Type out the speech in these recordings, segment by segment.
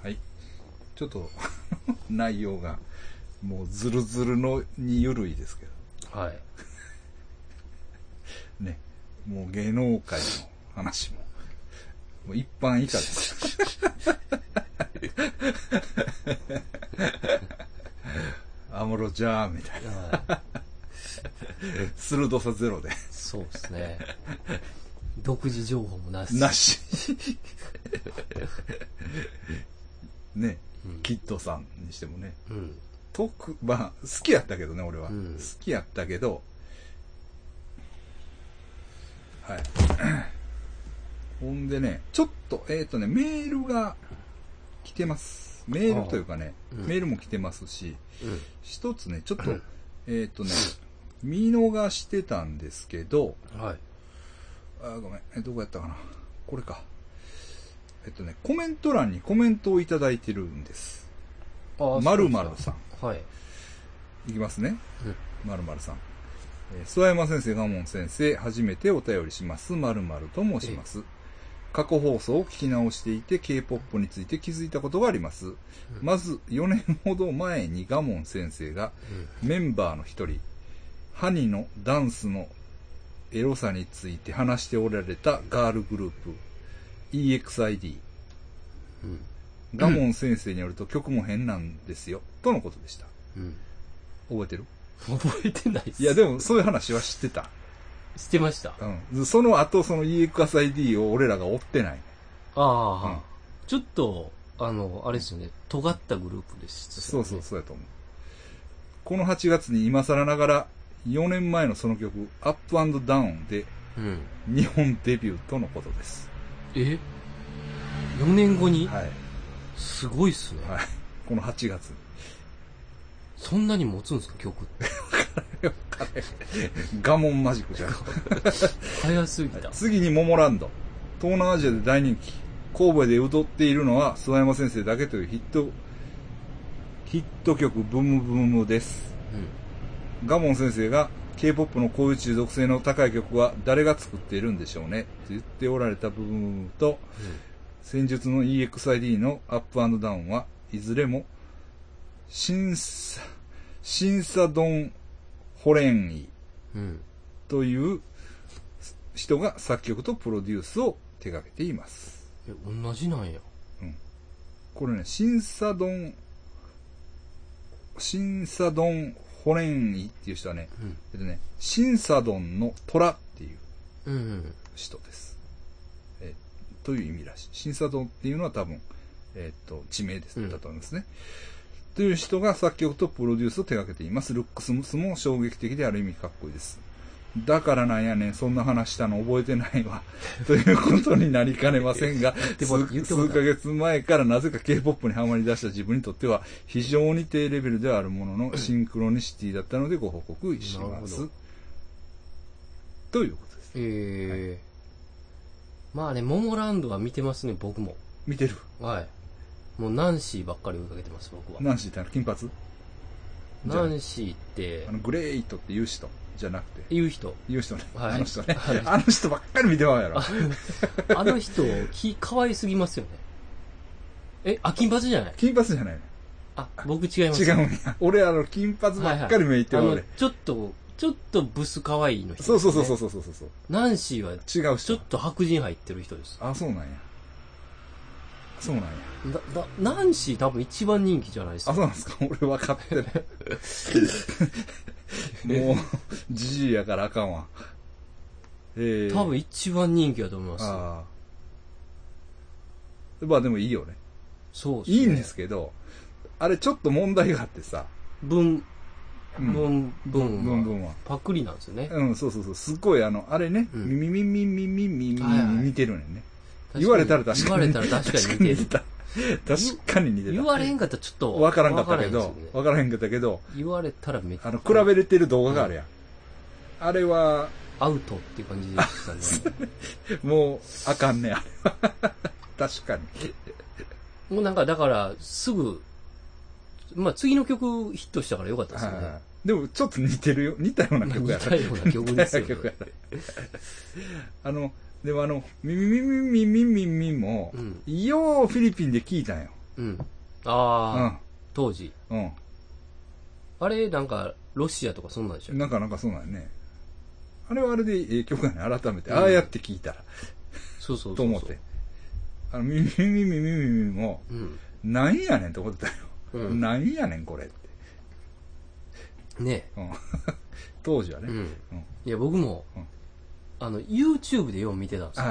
はい。ちょっと内容がもうズルズルのに緩いですけど。 はい。 ね。もう芸能界の話も、もう一般以下です。アムロジャーみたいな。はい、鋭さゼロで。 そうですね。独自情報もなし。 なし。ね、うん、キッドさんにしてもね。 うん。 まあ、好きやったけどね、俺は。 うん、 好きやったけど、はい。ほんでね、ちょっと、メールが来てます。メールというかね、メールも来てますし、一つね、ちょっと、見逃してたんですけど、 はい。 ごめん、どこやったかな。これか。コメント欄にコメントをいただいてるんです。〇〇さん。 はい。 いきますね。〇〇さん。諏訪山先生、賀門先生、初めてお便りします。〇〇と申します。過去放送を聞き直していて K-POP について気づいたことがあります。まず4年ほど前に賀門先生がメンバーの一人、ハニのダンスのエロさについて話しておられたガールグループ EXID。賀門先生によると曲も変なんですよ、とのことでした。覚えてる？ 覚えてないっす。 いやでもそういう話は知ってた。 知ってました。 その後その EXID を俺らが追ってない。 ああ、ちょっとあれですよね、尖ったグループでした、 ね。そうやと思う。この8月に今更ながら4年前のその曲アップ&ダウンで日本デビューとのことです。 4年後に？ はい。 すごいっすね。 はい。この8月。 そんなに持つんですか、曲って。 ガモンマジックじゃん。 早すぎた。 次にモモランド。東南アジアで大人気。神戸で歌っているのは諏訪山先生だけというヒット曲ブームブームです。ガモン先生が K-POP のこういう中毒性の高い曲は誰が作っているんでしょうねと言っておられた部分と、先日の EXID のアップ&ダウンはいずれも審査ドンホレンイという人が作曲とプロデュースを手掛けています。 同じなんや。 これね、審査ドンホレンイっていう人はね、審査ドンの虎っていう人です。という意味らしい。審査ドンっていうのは多分、地名です、だと思いますね。という人が作曲とプロデュースを手掛けています。ルックスも衝撃的である意味かっこいいです。だからなんやねん、そんな話したの覚えてないわ。ということになりかねませんが、数ヶ月前からなぜか K-POP にハマり出した自分にとっては非常に低レベルではあるもののシンクロニシティだったのでご報告します。ということです。 まあね、モモランドは見てますね、僕も。 見てる？ はい。もうナンシーばっかり追いかけてます、僕は。 ナンシーって金髪？ ナンシーって、 グレイトって言う人じゃなくて。 言う人ね。 はい、あの人ね。あの人ばっかり見てまうやろ。 あの人、可愛すぎますよね。金髪じゃない？ 金髪じゃない。 僕違います。 違うんや。俺金髪ばっかり目いってる俺。 ちょっとブス可愛いの人、 そう。 ナンシーは違う人。 ちょっと白人入ってる人です。 そうなんや。そうなんや。 ナンシー多分一番人気じゃないですか。 そうなんですか。俺分かってない。もう、じじいやからあかんわ。 多分一番人気だと思います。 まあでもいいよね。 そうですね。 いいんですけど、あれちょっと問題があってさ。 ブンはパクリなんですよね。 そう。すっごいあれね、耳似てるねんね。言われたら確かに似てる。確かに似てた。 言われへんかったらちょっとわからへんかったけど、 言われたらめっちゃ比べれてる動画があるやん。あれはアウトっていう感じでしたね。 もうあかんね、あれは。確かに。 もうなんかだからすぐ次の曲ヒットしたからよかったですよね。 でもちょっと似てるよ。似たような曲や似たような曲ですよね。 でもミも、ようフィリピンで聞いたんよ。 うん。ああ、当時。 うん。 あれ、なんか、ロシアとかそんなんでしょ。 なんかそうなんやね。あれはあれでええ曲やね、改めて。ああやって聞いたら。 そうそうそうそう。 と思って。ミミミミミミも、なんやねんって思ってたよ。なんやねんこれって。 ねえ。当時はね。 いや、僕も、YouTube でよう見てたんですよ。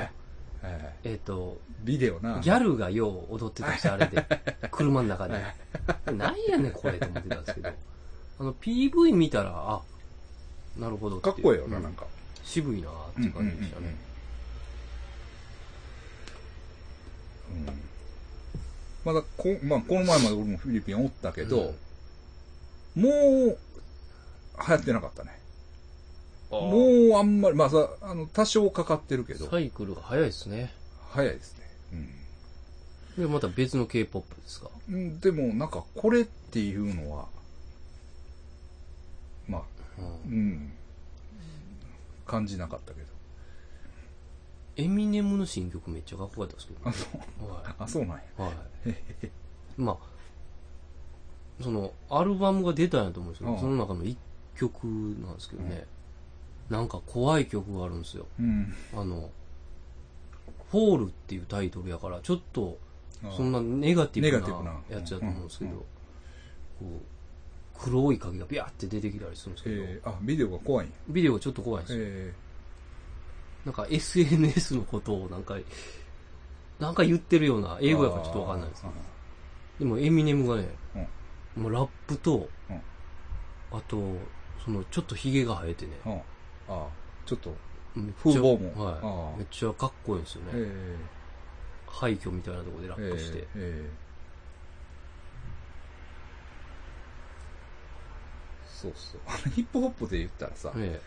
ビデオな。 ギャルがよう踊ってたんですよ、あれで。車の中で。なんやねんこれと思ってたんですけど。PV 見たら、あ、なるほどって。 かっこいいよな、なんか。 渋いなっていう感じでしたね。 まだこの前まで俺もフィリピンおったけど、もう、流行ってなかったね。もうあんまり、まあさ、多少かかってるけど。 サイクルが早いですね。 早いですね。 で、また別の K-POP ですか。 でも、なんか、これっていうのは、まあ、感じなかったけど。 エミネムの新曲めっちゃかっこよかったですけど、 ね。そうなんや。 はい。まあ、アルバムが出たんやと思うんですけど、その中の一曲なんですけどね、なんか怖い曲があるんですよ。フォールっていうタイトルやから、ちょっと、そんなネガティブなやつやと思うんですけど、こう、黒い影がビャーって出てきたりするんですけど、 ビデオが怖いんや。 ビデオがちょっと怖いんですよ。なんか SNS のことをなんか言ってるような、英語やからちょっとわかんないですけど、でもエミネムがね、もうラップと、あと、ちょっとヒゲが生えてね、 ちょっと、風貌も。 はい。めっちゃかっこいいんですよね。廃墟みたいなところでラップして。 そうそう。ヒップホップで言ったらさ、デ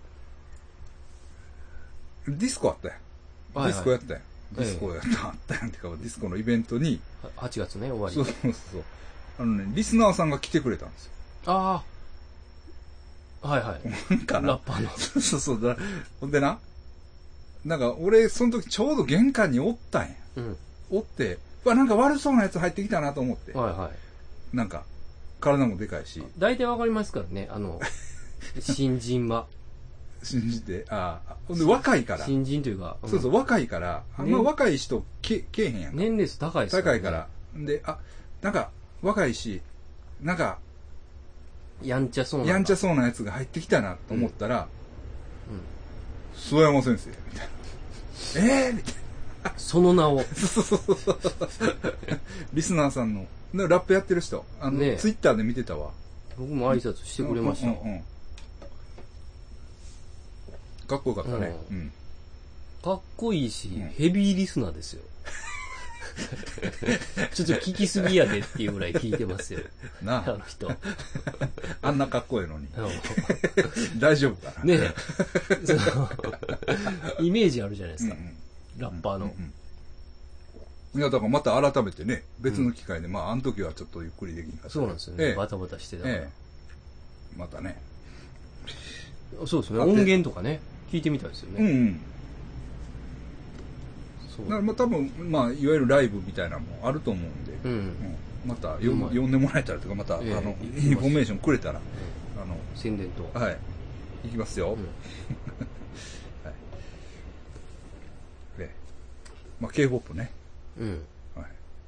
ィスコあったやん。ディスコやったやん。ディスコやったやんっていうか、ディスコのイベントに。 8月ね、終わり。 そう。リスナーさんが来てくれたんですよ。 ああ。はいはい。 かな。 ラッパーの。 そう。ほんでな、なんか俺、その時ちょうど玄関におったんや。おって、なんか悪そうなやつ入ってきたなと思って。 はいはい。 なんか、体もでかいし。 大体わかりますからね、新人は。 信じて、ほんで若いから。 新人というか。 そう、若いから、若い人けえへんやんか。 年齢層高いですからね。高いから。で、なんか、若いし、なんか、 やんちゃそうなやつが入ってきたなと思ったら、諏訪山先生、みたいな。みたいな。 その名を。 リスナーさんの、ラップやってる人、ツイッターで見てたわ。 僕も挨拶してくれました。 かっこよかったね。 かっこいいし、ヘビーリスナーですよ。ちょっと聞きすぎやでっていうぐらい聞いてますよ。 なあ。 の人。 あんなかっこいいのに。大丈夫かな。 ねえ。イメージあるじゃないですか。ラッパーの。 いや、だからまた改めてね、別の機会で、あの時はちょっとゆっくりできんかった。 そうなんですよね。バタバタしてたから。 またね。 そうですね。音源とかね、聞いてみたいですよね。 だから多分、いわゆるライブみたいなのもあると思うんで、また呼んでもらえたらとか、また、インフォメーションくれたら、 宣伝と。 はい。行きますよ。はい。K-POP ね。はい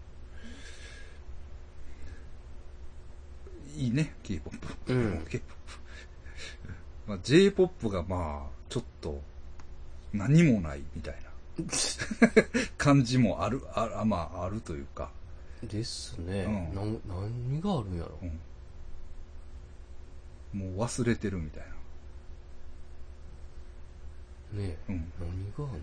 。いいね、K-POP。K-POP。J-POP がちょっと、何もないみたいな。感じもあるというか。 ですね。何があるんやろ。 もう忘れてるみたいな。ねえ。何がある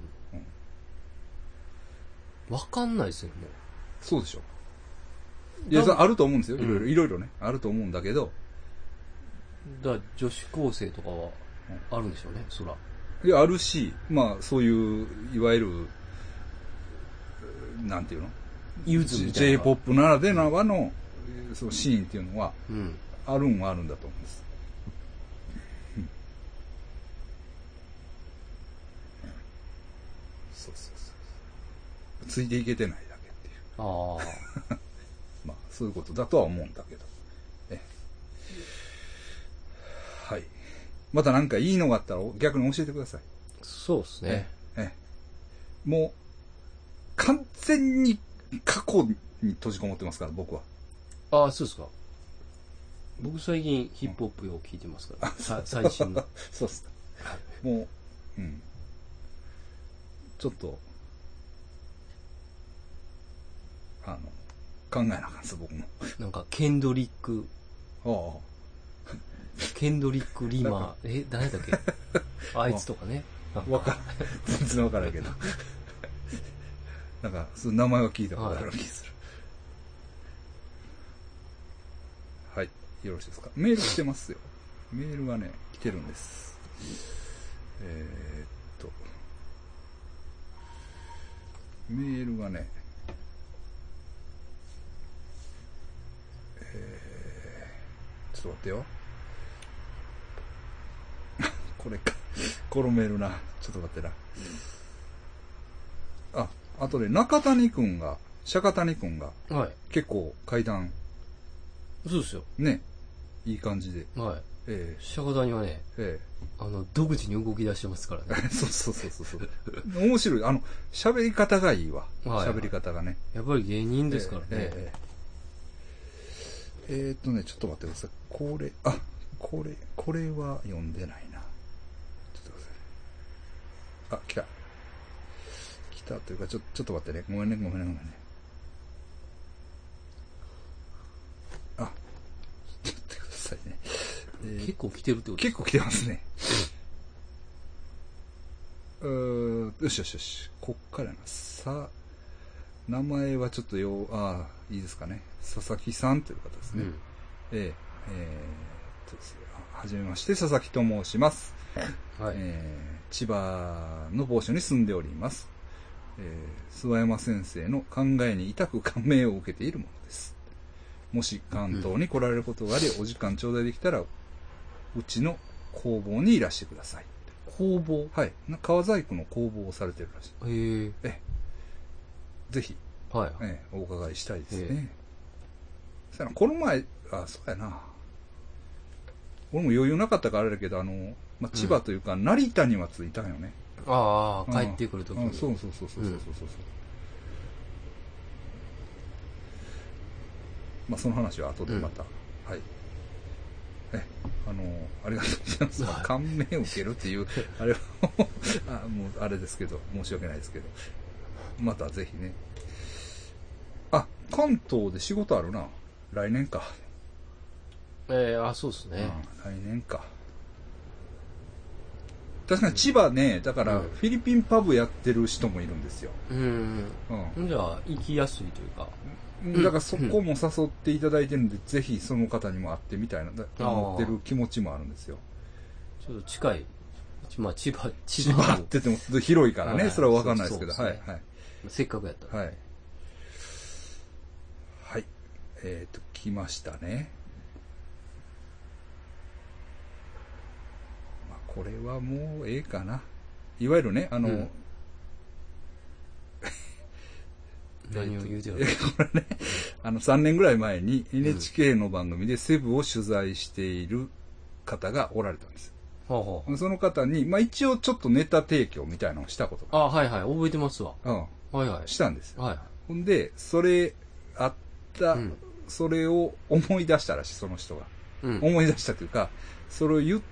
の。わかんないですよ、もう。 そうでしょ。いや、あると思うんですよ。いろいろね。あると思うんだけど。 女子高生とかは、あるんでしょうね、そら。 いや、あるし、そういう、いわゆる、なんていうの？J-POP ならではの、そのシーンっていうのは、あるんだと思うんです。そう。ついていけてないだけっていう。 ああ。 まあ、そういうことだとは思うんだけど。はい。また何かいいのがあったら逆に教えてください。 そうですね。 もう、完全に過去に閉じこもってますから、僕は。 ああ、そうですか。僕最近ヒップホップを聴いてますから、最新の。 そうっすか。もう、ちょっと、考えなあかんです、僕も。 なんか、ケンドリックリマー、誰だっけあいつとかね。 全然わからんけど。なんか、その名前は聞いたことある気がする。はい。よろしいですか。メール来てますよ。メールがね、来てるんです。メールがね、ちょっと待ってよ。これか。このメールな。ちょっと待ってな。あとで釈谷くんが、 はい、 結構階段、 そうですよ。 ね、いい感じで。 はい。釈谷はね、独自に動き出してますからね。 そう。面白い。喋り方がいいわ。喋り方がね。 やっぱり芸人ですからね。 ちょっと待ってください。これは読んでないな。ちょっと待ってください。来たというか、ちょっと待ってね。ごめんね。ちょっと待ってくださいね。 結構来てるってこと結構来てますね。よし。こっからな。名前はちょっといいですかね。佐々木さんという方ですね。はじめまして、佐々木と申します。 はい。 千葉の某所に住んでおります。諏訪山先生の考えに痛く感銘を受けているものです。もし関東に来られることがあり、お時間頂戴できたら、うちの工房にいらしてください。 工房？ はい。革細工の工房をされてるらしい。ぜひ、お伺いしたいですね。この前、そうやな。俺も余裕なかったからあれだけど、千葉というか、成田には着いたんよね。 帰ってくるときに。 そう。まあ、その話は後でまた。はい。ありがとうございます。感銘を受けるっていう、あれはもう、あれですけど、申し訳ないですけど。またぜひね。関東で仕事あるな。来年か。 そうですね。 来年か。確かに千葉ね、だからフィリピンパブやってる人もいるんですよ。 じゃあ行きやすいというか。 だからそこも誘っていただいてるんで、ぜひその方にも会ってみたいな思ってる気持ちもあるんですよ。 ちょっと近い。まあ千葉って言っても広いからね、それは分かんないですけど、はい。 せっかくやったら。 はい。来ましたね。これはもうええかな。いわゆるね、 何を言うてるこれね、3年ぐらい前に NHK の番組でセブを取材している方がおられたんです。その方に、一応ちょっとネタ提供みたいなのをしたことが。 覚えてますわ。 したんですよ。ほんで、それを思い出したらしい、その人が。思い出したというか、それを言って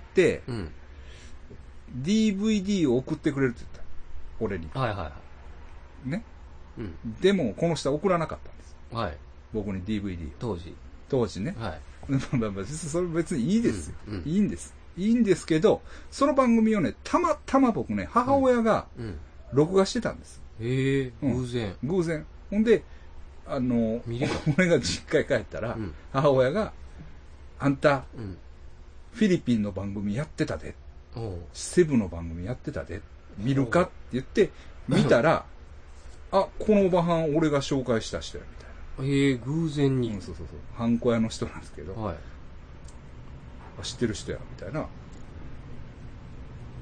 、DVD を送ってくれるって言った。俺に。ね。でも、この人は送らなかったんです。僕に DVD を。当時ね。それ別にいいですよ。いいんです。いいんですけど、その番組をね、たまたま僕ね、母親が録画してたんです。 偶然。 ほんで、俺が実家に帰ったら、母親が、あんた、フィリピンの番組やってたで。セブの番組やってたで。見るかって言って、見たら、このおばはん俺が紹介した人や、みたいな。 偶然に。 そう。ハンコ屋の人なんですけど、知ってる人や、みたいな。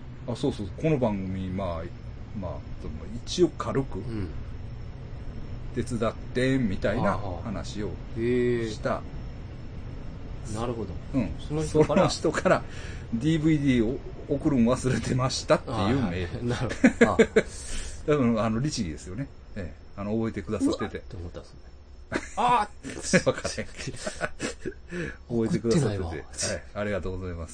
そう、この番組、一応軽く、 手伝ってみたいな話をした。 なるほど。 うん。その人から DVD を送るの忘れてましたっていうメール。なるほど。多分、律儀ですよね。覚えてくださってて。って思ったんですね。ああわかれん。覚えてくださってて。はい。ありがとうございます。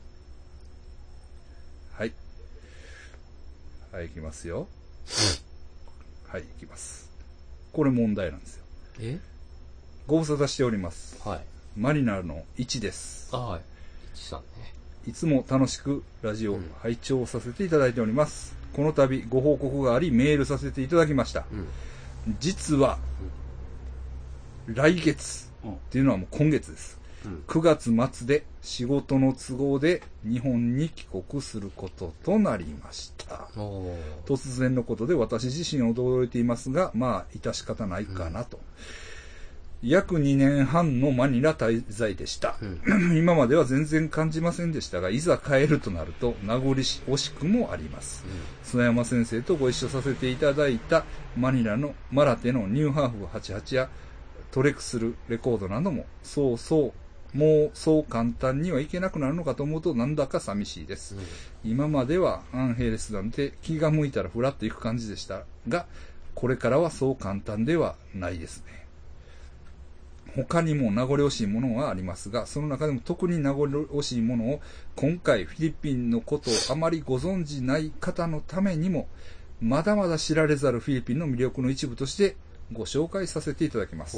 はい。はい、いきますよ。はい、いきます。これ問題なんですよ。ご無沙汰しております。はい。マリナルの1です。 はい。1さんね。 いつも楽しくラジオを拝聴させていただいております。この度ご報告がありメールさせていただきました。実は、来月っていうのはもう今月です。9月末で仕事の都合で日本に帰国することとなりました。突然のことで私自身驚いていますが、まあ致し方ないかなと。約2年半のマニラ滞在でした。今までは全然感じませんでしたが、いざ帰るとなると名残惜しくもあります。須山先生とご一緒させていただいたマニラのマラテのニューハーフ88やトレクスルレコードなどももうそう簡単にはいけなくなるのかと思うとなんだか寂しいです。今まではアンヘイレスなんて気が向いたらフラッと行く感じでしたが、これからはそう簡単ではないですね。他にも名残惜しいものはありますが、その中でも特に名残惜しいものを今回フィリピンのことをあまりご存じない方のためにも、まだまだ知られざるフィリピンの魅力の一部としてご紹介させていただきます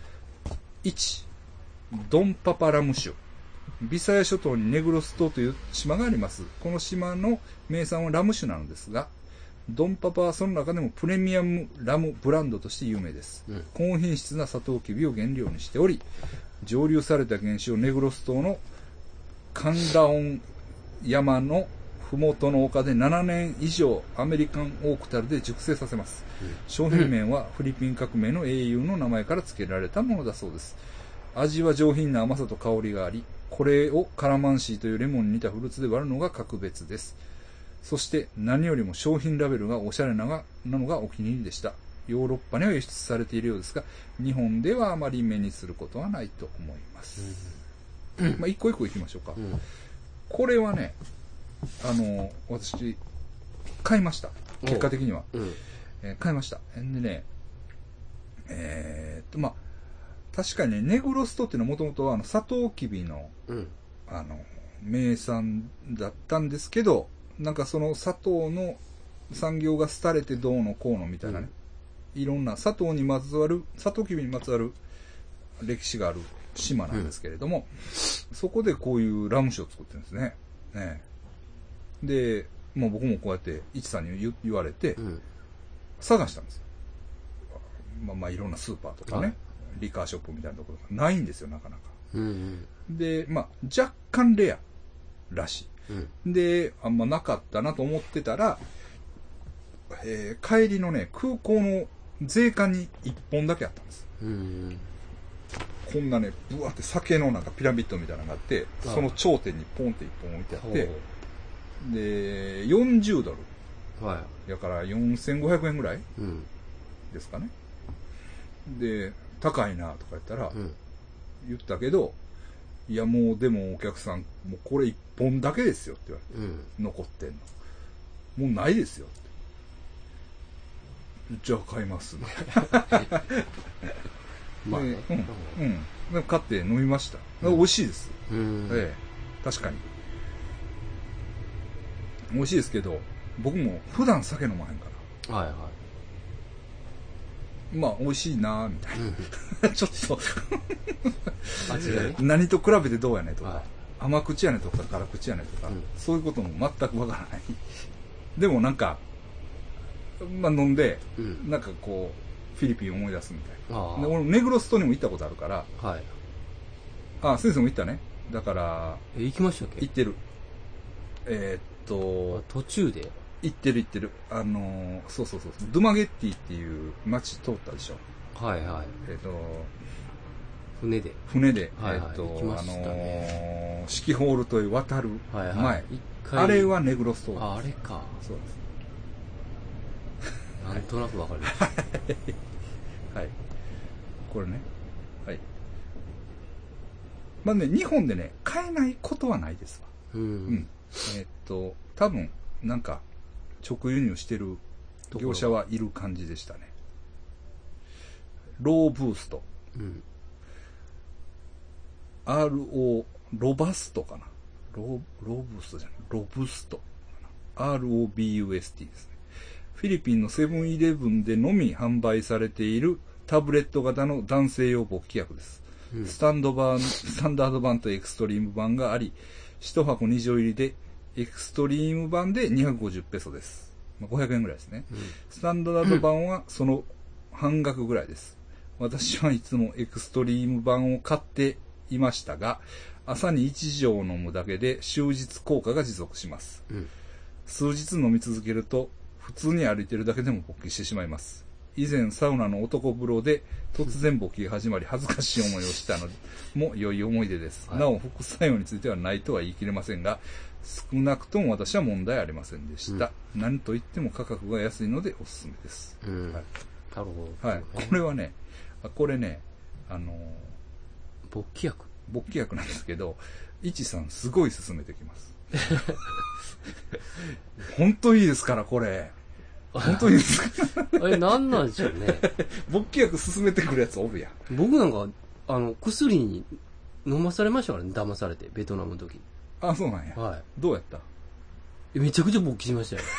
。1、ドンパパラム州。ビサヤ諸島にネグロス島という島があります。この島の名産はラム酒なのですが、ドンパパはその中でもプレミアムラムブランドとして有名です。高品質なサトウキビを原料にしており、蒸留された原酒をネグロス島のカンダオン山のふもとの丘で7年以上アメリカンオークタルで熟成させます。商品名はフィリピン革命の英雄の名前から付けられたものだそうです。味は上品な甘さと香りがあり、これをカラマンシーというレモンに似たフルーツで割るのが格別です。そして何よりも商品ラベルがおしゃれなのがお気に入りでした。ヨーロッパには輸出されているようですが、日本ではあまり目にすることはないと思います。まあ一個一個いきましょうか。これはね、私買いました。結果的には、買いました。でね、まあ確かにね、ネグロストっていうのはもともとサトウキビの、名産だったんですけど、なんかその砂糖の産業が廃れてどうのこうのみたいなね、いろんなサトウキビにまつわる歴史がある島なんですけれども、そこでこういうラム酒を作ってるんですね。で、もう僕もこうやってイチさんに言われて、探したんですよ。まあいろんなスーパーとかね、リカーショップみたいなところがないんですよ、なかなか。で、まあ若干レアらしい。で、あんまなかったなと思ってたら、帰りのね、空港の税関に1本だけあったんです。こんなね、ぶわって酒のなんかピラミッドみたいなのがあって、その頂点にポンって1本置いてあって、で、40ドル。だから4500円ぐらいですかね。で、高いなとか言ったら、言ったけど、いやもうでもお客さん、もうこれ1本だけですよって言われて、残ってんの。もうないですよって。じゃあ買います。まあね。で買って飲みました。美味しいです。確かに。美味しいですけど、僕も普段酒飲まへんから。まあ美味しいなぁみたいな、ちょっと味がね、何と比べてどうやねとか、甘口やねとか辛口やねとか、そういうことも全くわからない。でもなんか、まあ飲んで、なんかこうフィリピンを思い出すみたいな。で俺ネグロス島にも行ったことあるから、先生も行ったね。だから行きましたっけ？ 行ってる。 途中で行ってる。そう。ドゥマゲッティっていう町通ったでしょ。 船で。 行きましたね。四季ホールと渡る前。あれはネグロス島。 あれか。 そうです。 なんとなくわかりまはい。これね。はい。まあね、日本でね、買えないことはないですわ。うん。多分、なんか、直輸入してる業者はいる感じでしたね。ローブースト。うん。ロバストかな。ローブーストじゃない。ロブスト。ROBUST ですね。フィリピンのセブンイレブンでのみ販売されているタブレット型の男性用勃起薬です。うん、スタンダード版とエクストリーム版があり、1箱2錠入りで、エクストリーム版で250ペソです。まあ、500円ぐらいですね。うん、スタンダード版はその半額ぐらいです。私はいつもエクストリーム版を買っていましたが、朝に1錠飲むだけで終日効果が持続します。うん、数日飲み続けると、普通に歩いてるだけでも勃起してしまいます。以前サウナの男風呂で突然勃起が始まり恥ずかしい思いをしたのも良い思い出です。はい、なお副作用についてはないとは言い切れませんが、少なくとも私は問題ありませんでした。うん、何と言っても価格が安いのでおすすめです。うん、はい、 なるほど。 はい。これはね、これね、 勃起薬なんですけど、いちさんすごい勧めてきます。本当いいですから、これ。本当にいいですか何なんでしょうね。 勃起薬勧めてくるやつおるやん。 僕なんか、薬に飲まされましたからね、騙されて、ベトナムの時。 あ、そうなんや。はい。どうやった？ めちゃくちゃ勃起しましたよ。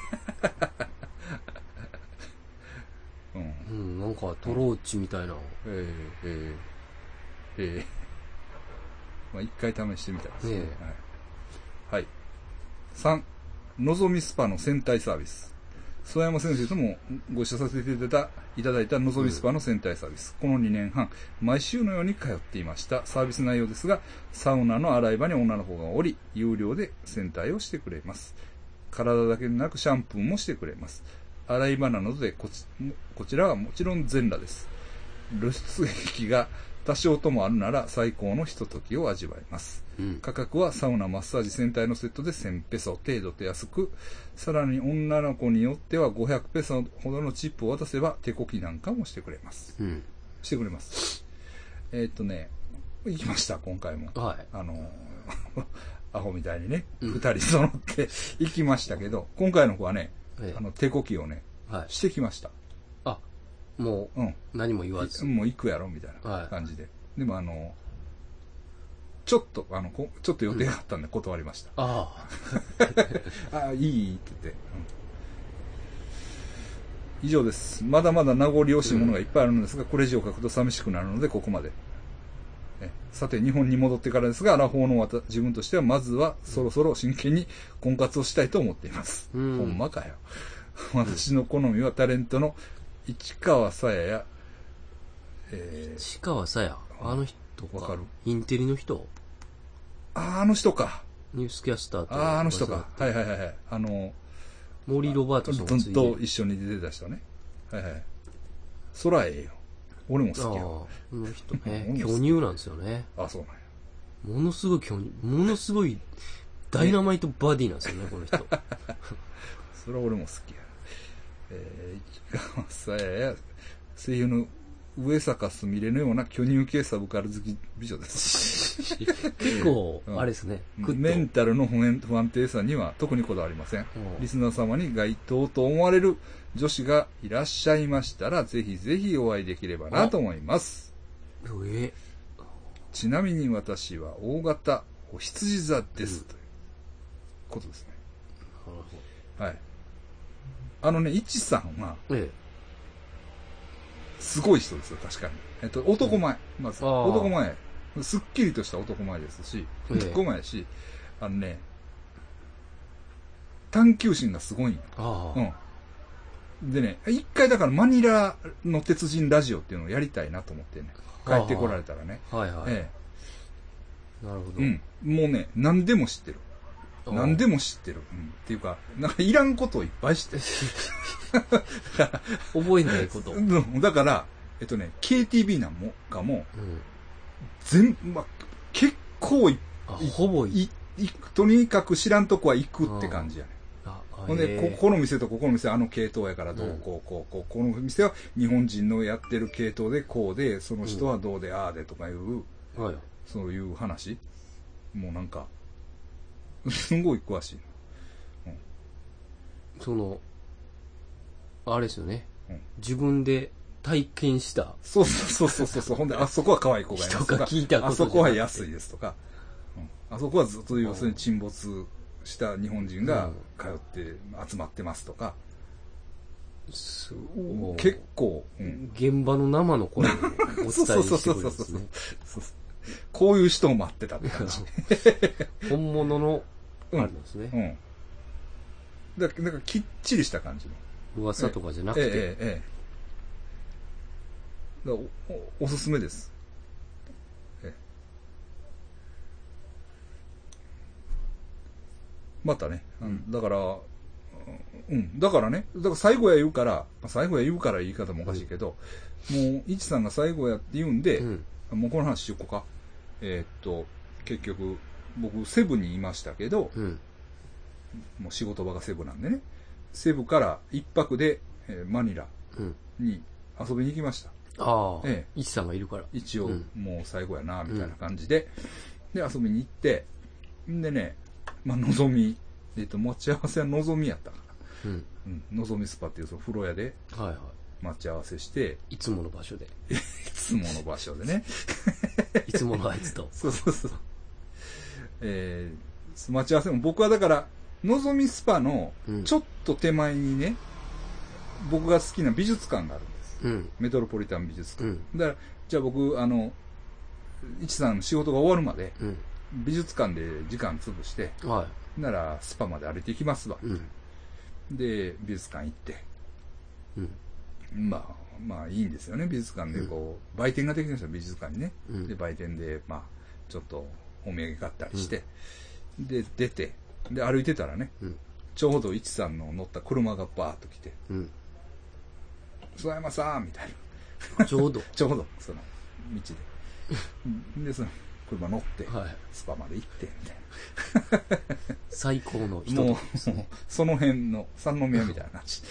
うん、なんかトローチみたいな。 まあ一回試してみたいですね。はい。3、のぞみスパの戦隊サービス。曽山先生ともご一緒させていただいたのぞみスパの戦隊サービス。この2年半、毎週のように通っていました。サービス内容ですが、サウナの洗い場に女の子がおり、有料で戦隊をしてくれます。体だけでなくシャンプーもしてくれます。洗い場なのでこちらはもちろん全裸です。露出劇が多少ともあるなら最高のひとときを味わえます。うん、価格はサウナ、マッサージ、全体のセットで1000ペソ程度と安く、さらに女の子によっては500ペソほどのチップを渡せば手こきなんかもしてくれます。うん、してくれます。行きました、今回も。はい、アホみたいにね、2人揃って行きましたけど、今回の子はね、手こきをね、はい、してきました。 あ、もう、何も言わず。 もう行くやろ、みたいな感じで。はい、でもちょっと予定があったんで断りました。ああ。いいって言って。以上です。まだまだ名残惜しいものがいっぱいあるのですが、これ以上書くと寂しくなるので、ここまで。さて、日本に戻ってからですが、アラフォーの自分としては、まずはそろそろ真剣に婚活をしたいと思っています。ほんまかよ。私の好みはタレントの市川紗耶や、 市川紗耶、あの人か。わかる？インテリの人？ あの人か。 ニュースキャスターと。 あの人か。はいはいはい。 モーリー・ロバートソンずっと一緒に出てた人ね。はいはい。そらええよ。俺も好きよ。 あの人ね、巨乳なんですよね。 あ、そうなんや。 ものすごい巨乳、ものすごいダイナマイトバディなんですよね、この人。 それは俺も好きや。市川紗耶や声優の上坂すみれのような巨乳系サブカル好き美女です。 結構、あれですね、 メンタルの不安定さには特にこだわりません。リスナー様に該当と思われる女子がいらっしゃいましたら、ぜひぜひお会いできればなと思います。ちなみに私は大型お羊座です、ということですね。はい。いちさんは、すごい人ですよ、確かに。男前。まず、男前。すっきりとした男前ですし、男前やし、探求心がすごいんよ。でね、一回だからマニラの鉄人ラジオっていうのをやりたいなと思ってね。帰ってこられたらね。 はいはい。なるほど。 もうね、何でも知ってる。何でも知ってる。っていうか、なんかいらんことをいっぱい知ってる。 覚えないこと。 だから、KTB なんもかも、結構ほぼとにかく知らんとこは行くって感じやね。 ほんで、ここの店とここの店あの系統やからどう、この店は日本人のやってる系統でこうで、その人はどうでああでとかいう、そういう話。もうなんか、すごい詳しい。 あれですよね。自分で体験した。 そう。ほんで、あそこは可愛い子がいますとか、 聞いたことあそこは安いですとか、あそこはずっと要するに沈没した日本人が通って集まってますとか、結構、 現場の生の声をお伝えしてくれるんですね。 こういう人を待ってたって感じ。 本物の、あれなんですね。 だからきっちりした感じの。 噂とかじゃなくて。 おすすめです。またね、だからね、だから最後や言うから、言い方もおかしいけど、もう、いちさんが最後やって言うんで、もうこの話しよっこか。結局、僕、セブにいましたけど、もう仕事場がセブなんでね、セブから一泊で、マニラに遊びに行きました。 いちさんがいるから。 一応、もう最後やな、みたいな感じで、で、遊びに行って、んでね、のぞみ、待ち合わせはのぞみやったから。のぞみスパっていうその風呂屋で、待ち合わせして。 いつもの場所で。 いつもの場所でね。 いつものあいつと。 そう。待ち合わせも、僕はだから、のぞみスパの、ちょっと手前にね、僕が好きな美術館があるんです。メトロポリタン美術館。だから、じゃあ僕、いちさん仕事が終わるまで、美術館で時間潰して、ならスパまで歩いていきますわ。で、美術館行って、まあいいんですよね、美術館で売店ができました、美術館にね。で、売店で、ちょっとお土産買ったりして、で、出て、で、歩いてたらね、ちょうどいちさんの乗った車がバーッと来て、諏訪山さんみたいな。ちょうど、 その、道で。で、その、車乗って、スパまで行って、みたいな。 最高の人もう、その辺の三宮みたいな感じ。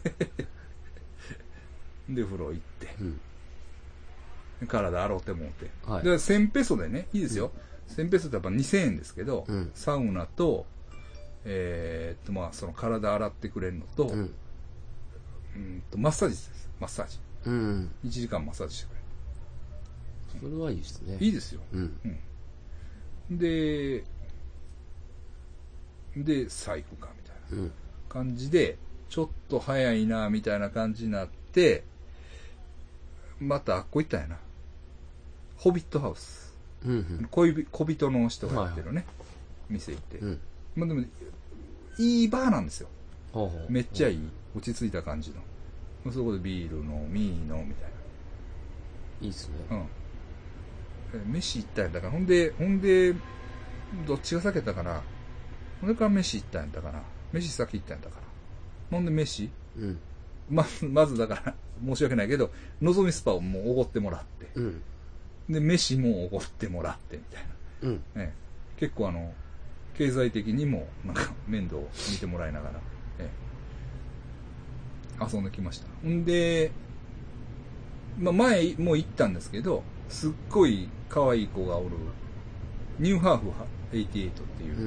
で、風呂行って、体洗ってもうて。で、1000ペソでね、いいですよ。1000ペソってやっぱ2000円ですけど、サウナと、その体洗ってくれるのと、マッサージです。マッサージ。1時間マッサージしてくれる。 それはいいですね。 いいですよ。で、さあ行くか、みたいな感じで、ちょっと早いな、みたいな感じになって、またあっこ行ったんやな。ホビットハウス。小人の人がやってるね。店行って。でも、いいバーなんですよ。めっちゃいい。落ち着いた感じの。そこでビール飲みみたいな。 いいっすね。 飯行ったんやったかな。ほんで、どっちが先やったかな。ほんでから飯行ったんやったかな。飯先行ったんやったかな。ほんで飯まずだから、申し訳ないけど、のぞみスパをもうおごってもらって。で、飯もおごってもらって、みたいな。結構経済的にも、なんか、面倒を見てもらいながら、遊んできました。んで、前も行ったんですけど、すっごい可愛い子がおる、ニューハーフ88っていう、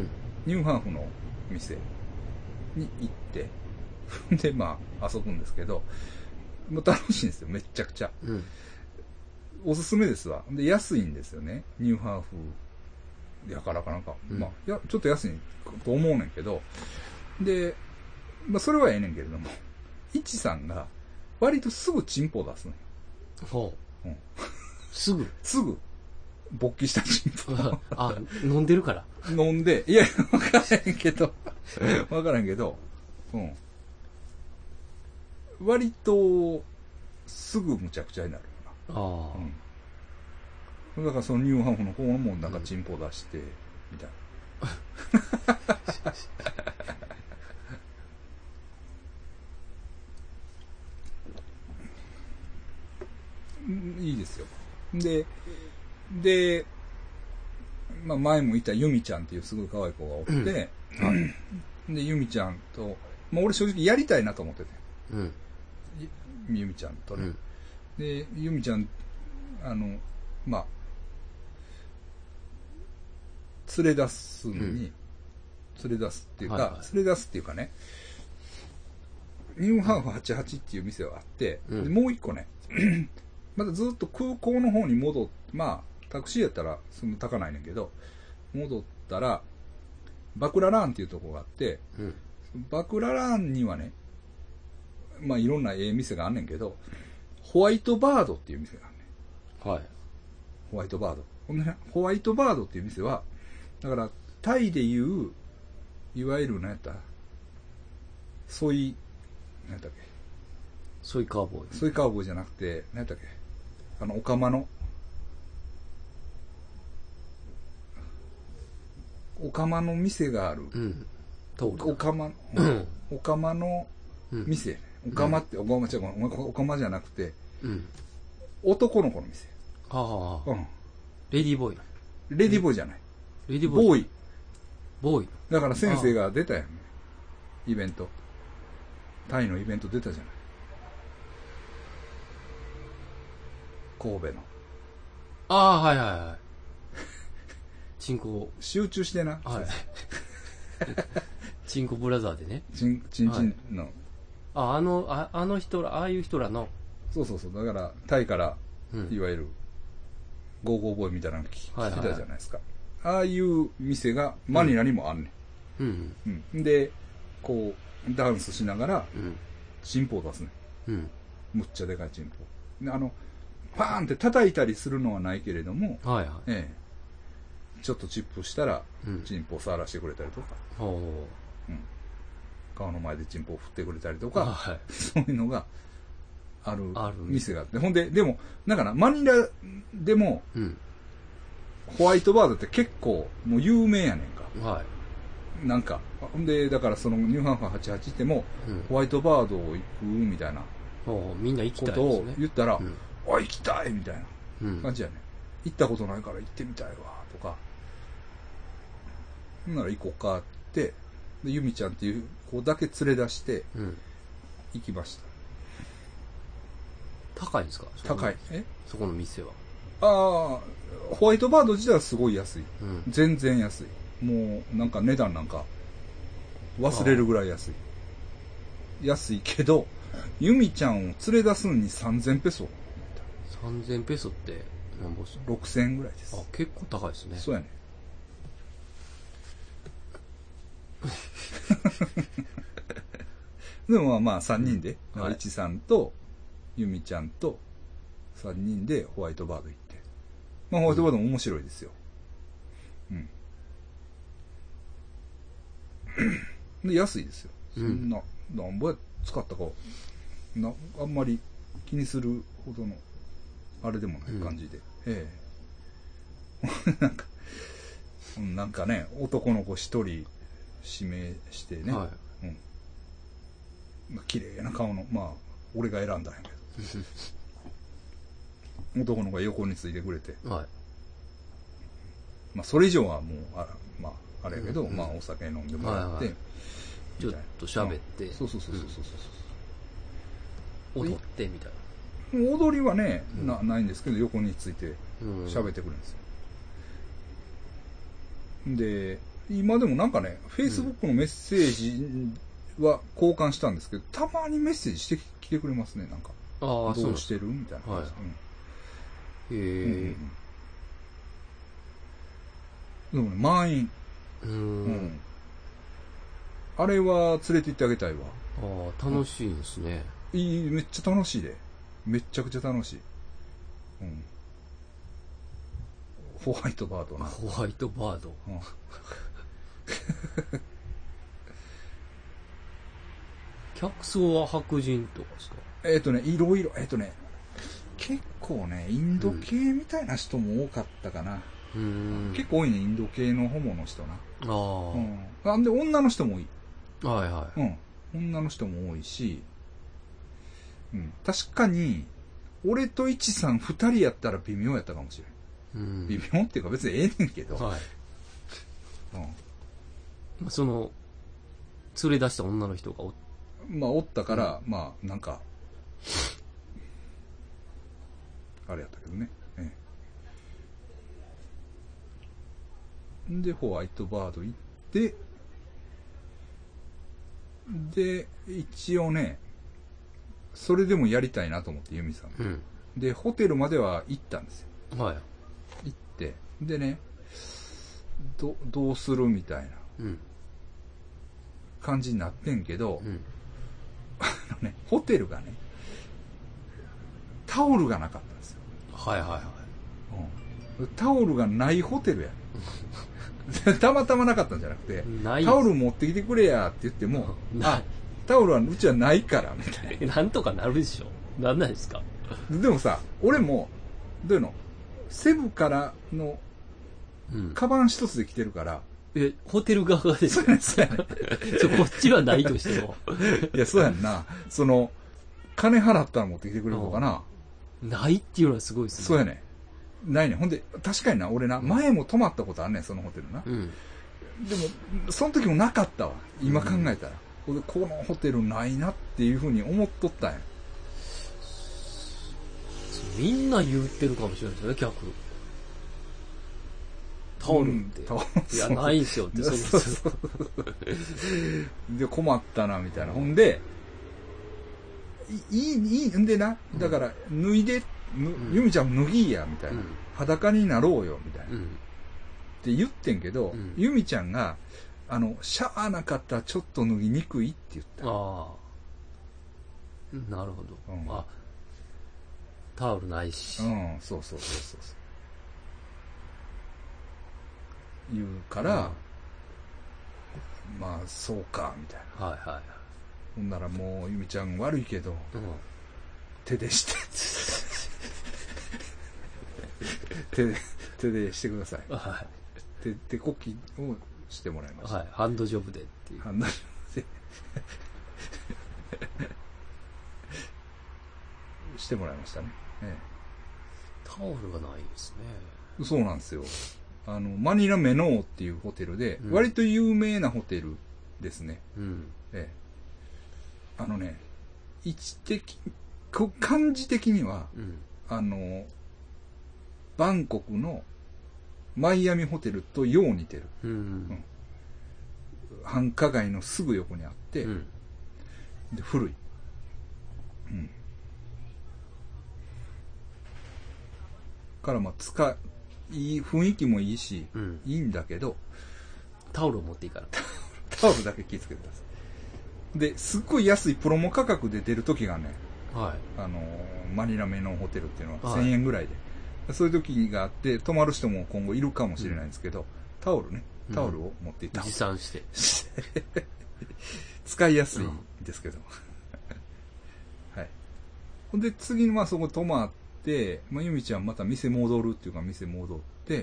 ニューハーフの店に行って、で、遊ぶんですけど、もう楽しいんですよ、めっちゃくちゃ。おすすめですわ。で、安いんですよね、ニューハーフやからかなんか。ちょっと安いと思うねんけど、で、それはええねんけれども、いちさんが割とすぐチンポを出すのよ。 すぐ勃起したチンポ。 飲んでるから。 飲んで、いや、わからへんけど、割と、すぐむちゃくちゃになるよな。だからそのニューハーフの子もなんかチンポ出して、みたいな。いいですよ。で、前も言ったユミちゃんっていうすごい可愛い子がおって、で、ユミちゃんとまあ俺正直やりたいなと思ってて。 うん。 ゆみちゃんとね。うん、で、ゆみちゃん、まあ、連れ出すのに、連れ出すっていうか、はいはい、連れ出すっていうかね、ニューハーフ88っていう店があって、でもう一個ね、まだずっと空港の方に戻って、まあ、タクシーやったらそんな高ないねんけど、戻ったら、バクララーンっていうとこがあって、バクララーンにはね、まあいろんな店があんねんけど、ホワイトバードっていう店があんねん。はい。ホワイトバード。ホワイトバードっていう店は、だから、タイでいう、いわゆる何やったソイ、何やったっけソイカーボーイ。 ソイカーボーイじゃなくて、何やったっけオカマの、オカマの店がある。うん。オカマ、オカマの店。オカマって、オカマじゃなくて、男の子の店。 ああ。レディーボーイ。 レディーボーイじゃない。 レディーボーイ。 ボーイ。 ボーイ。 だから先生が出たやんね。イベント。タイのイベント出たじゃない。神戸の。 ああ、はいはいはい。チンコ。 集中してな。 はい。チンコブラザーでね。 チンの。 はい、あの人ら、ああいう人らの。 そう。だから、タイから、いわゆる、ゴーゴーボーイみたいなの来たじゃないですか。ああいう店がマニラにもあんねん。で、こう、ダンスしながら、チンポを出すね。むっちゃでかいチンポ。パーンって叩いたりするのはないけれども、ちょっとチップしたら、チンポを触らせてくれたりとか、顔の前でチンポを振ってくれたりとか、そういうのがある店があって。ほんで、でも、だからマニラでも、ホワイトバードって結構もう有名やねんか。はい。なんか、ほんで、だからそのニューハーフ88っても、ホワイトバードを行くみたいなみんな行きたいことを言ったら、おい行きたいみたいな感じやね。行ったことないから行ってみたいわ、とか。ほんなら行こうかって、で、ユミちゃんっていう子だけ連れ出して、行きました。 高いですか？ 高い。 そこの店は。 ああ、ホワイトバード自体はすごい安い。全然安い。もう、なんか値段なんか、忘れるぐらい安い。安いけど、ユミちゃんを連れ出すのに3000ペソ。 3000ペソって何ぼする？ 6000円ぐらいです。 あ、結構高いですね。 そうやね。でもまあ3人で、いちさんとユミちゃんと3人でホワイトバード行って。まあホワイトバードも面白いですよ。で、安いですよ。そんな、なんぼや使ったか、あんまり気にするほどの、あれでもない感じで。なんかね、男の子一人指名してね。綺麗な顔の、まあ、俺が選んだんやけど。男の子が横についてくれて。まあ、それ以上はもう、まあ、あれやけど、まあ、お酒飲んでもらって、 ちょっと喋って。 そう。 踊ってみたいな。踊りはね、ないんですけど、横について喋ってくれるんですよ。で、今でもなんかね、Facebook のメッセージは交換したんですけど、たまにメッセージしてきてくれますね、なんか。どうしてるみたいな感じ。でもね、満員。あれは連れて行ってあげたいわ。 楽しいですね。 めっちゃ楽しいで。めっちゃくちゃ楽しい。ホワイトバードな。 ホワイトバード。客層は白人とかですか？ いろいろ、結構ね、インド系みたいな人も多かったかな。結構多いね、インド系のホモの人な。で、女の人も多い。女の人も多いし、確かに、俺とイチさん2人やったら微妙やったかもしれん。微妙っていうか別にええねんけど。 その、 連れ出した女の人がおったから、まあ、なんか、あれやったけどね。で、ホワイトバード行って、で、一応ね、それでもやりたいなと思って、ユミさん。で、ホテルまでは行ったんですよ。 はい。 行って、でね、どうするみたいな感じになってんけど、ホテルがね、タオルがなかったんですよ。 はいはいはい。 タオルがないホテルや。たまたまなかったんじゃなくて、タオル持ってきてくれやって言っても、タオルはうちはないからみたいな。 なんとかなるでしょ。なんないですか。 でもさ、俺もどういうの、セブからのカバン一つで来てるから。 ホテル側がですよ。そうやね。こっちはないとしても。 いや、そうやんな。金払ったら持ってきてくれるのかな。 ないっていうのはすごいですね。 そうやね。ないね。ほんで、確かにな、俺な、前も泊まったことあんねん、そのホテルな。でも、その時もなかったわ。今考えたら。このホテルないなっていうふうに思っとったんや。 みんな言ってるかもしれないですよね、客。タオルって。いや、ないんすよって、そうで、困ったな、みたいな。ほんで、んでな、だから、脱いで、ユミちゃん脱ぎや、みたいな。裸になろうよ、みたいな。って言ってんけど、ユミちゃんが、シャワーなかったらちょっと脱ぎにくいって言った。 ああ。なるほど。タオルないし。 そう。言うから、まあ、そうか、みたいな。 はいはい。 ほんならもう、ゆみちゃん悪いけど、手でして。手でしてください。 はい。 手こきをしてもらいました。 はい。ハンドジョブでっていう。 ハンドジョブで。してもらいましたね。 タオルがないですね。 そうなんですよ。マニラメノーっていうホテルで、割と有名なホテルですね。位置的、漢字的には、バンコクのマイアミホテルとよう似てる。繁華街のすぐ横にあって、で古い。からまあいい雰囲気もいいし、いいんだけど、 タオルを持っていいから。 タオルだけ気をつけてください。で、すっごい安いプロモ価格で出る時がね、マニラメノホテルっていうのは1000円ぐらいで、そういう時があって、泊まる人も今後いるかもしれないんですけど、タオルを持っていった持参して。 使いやすいんですけど。はい。ほんで、次にそこ泊まって、ゆみちゃんまた店戻るっていうか店戻って、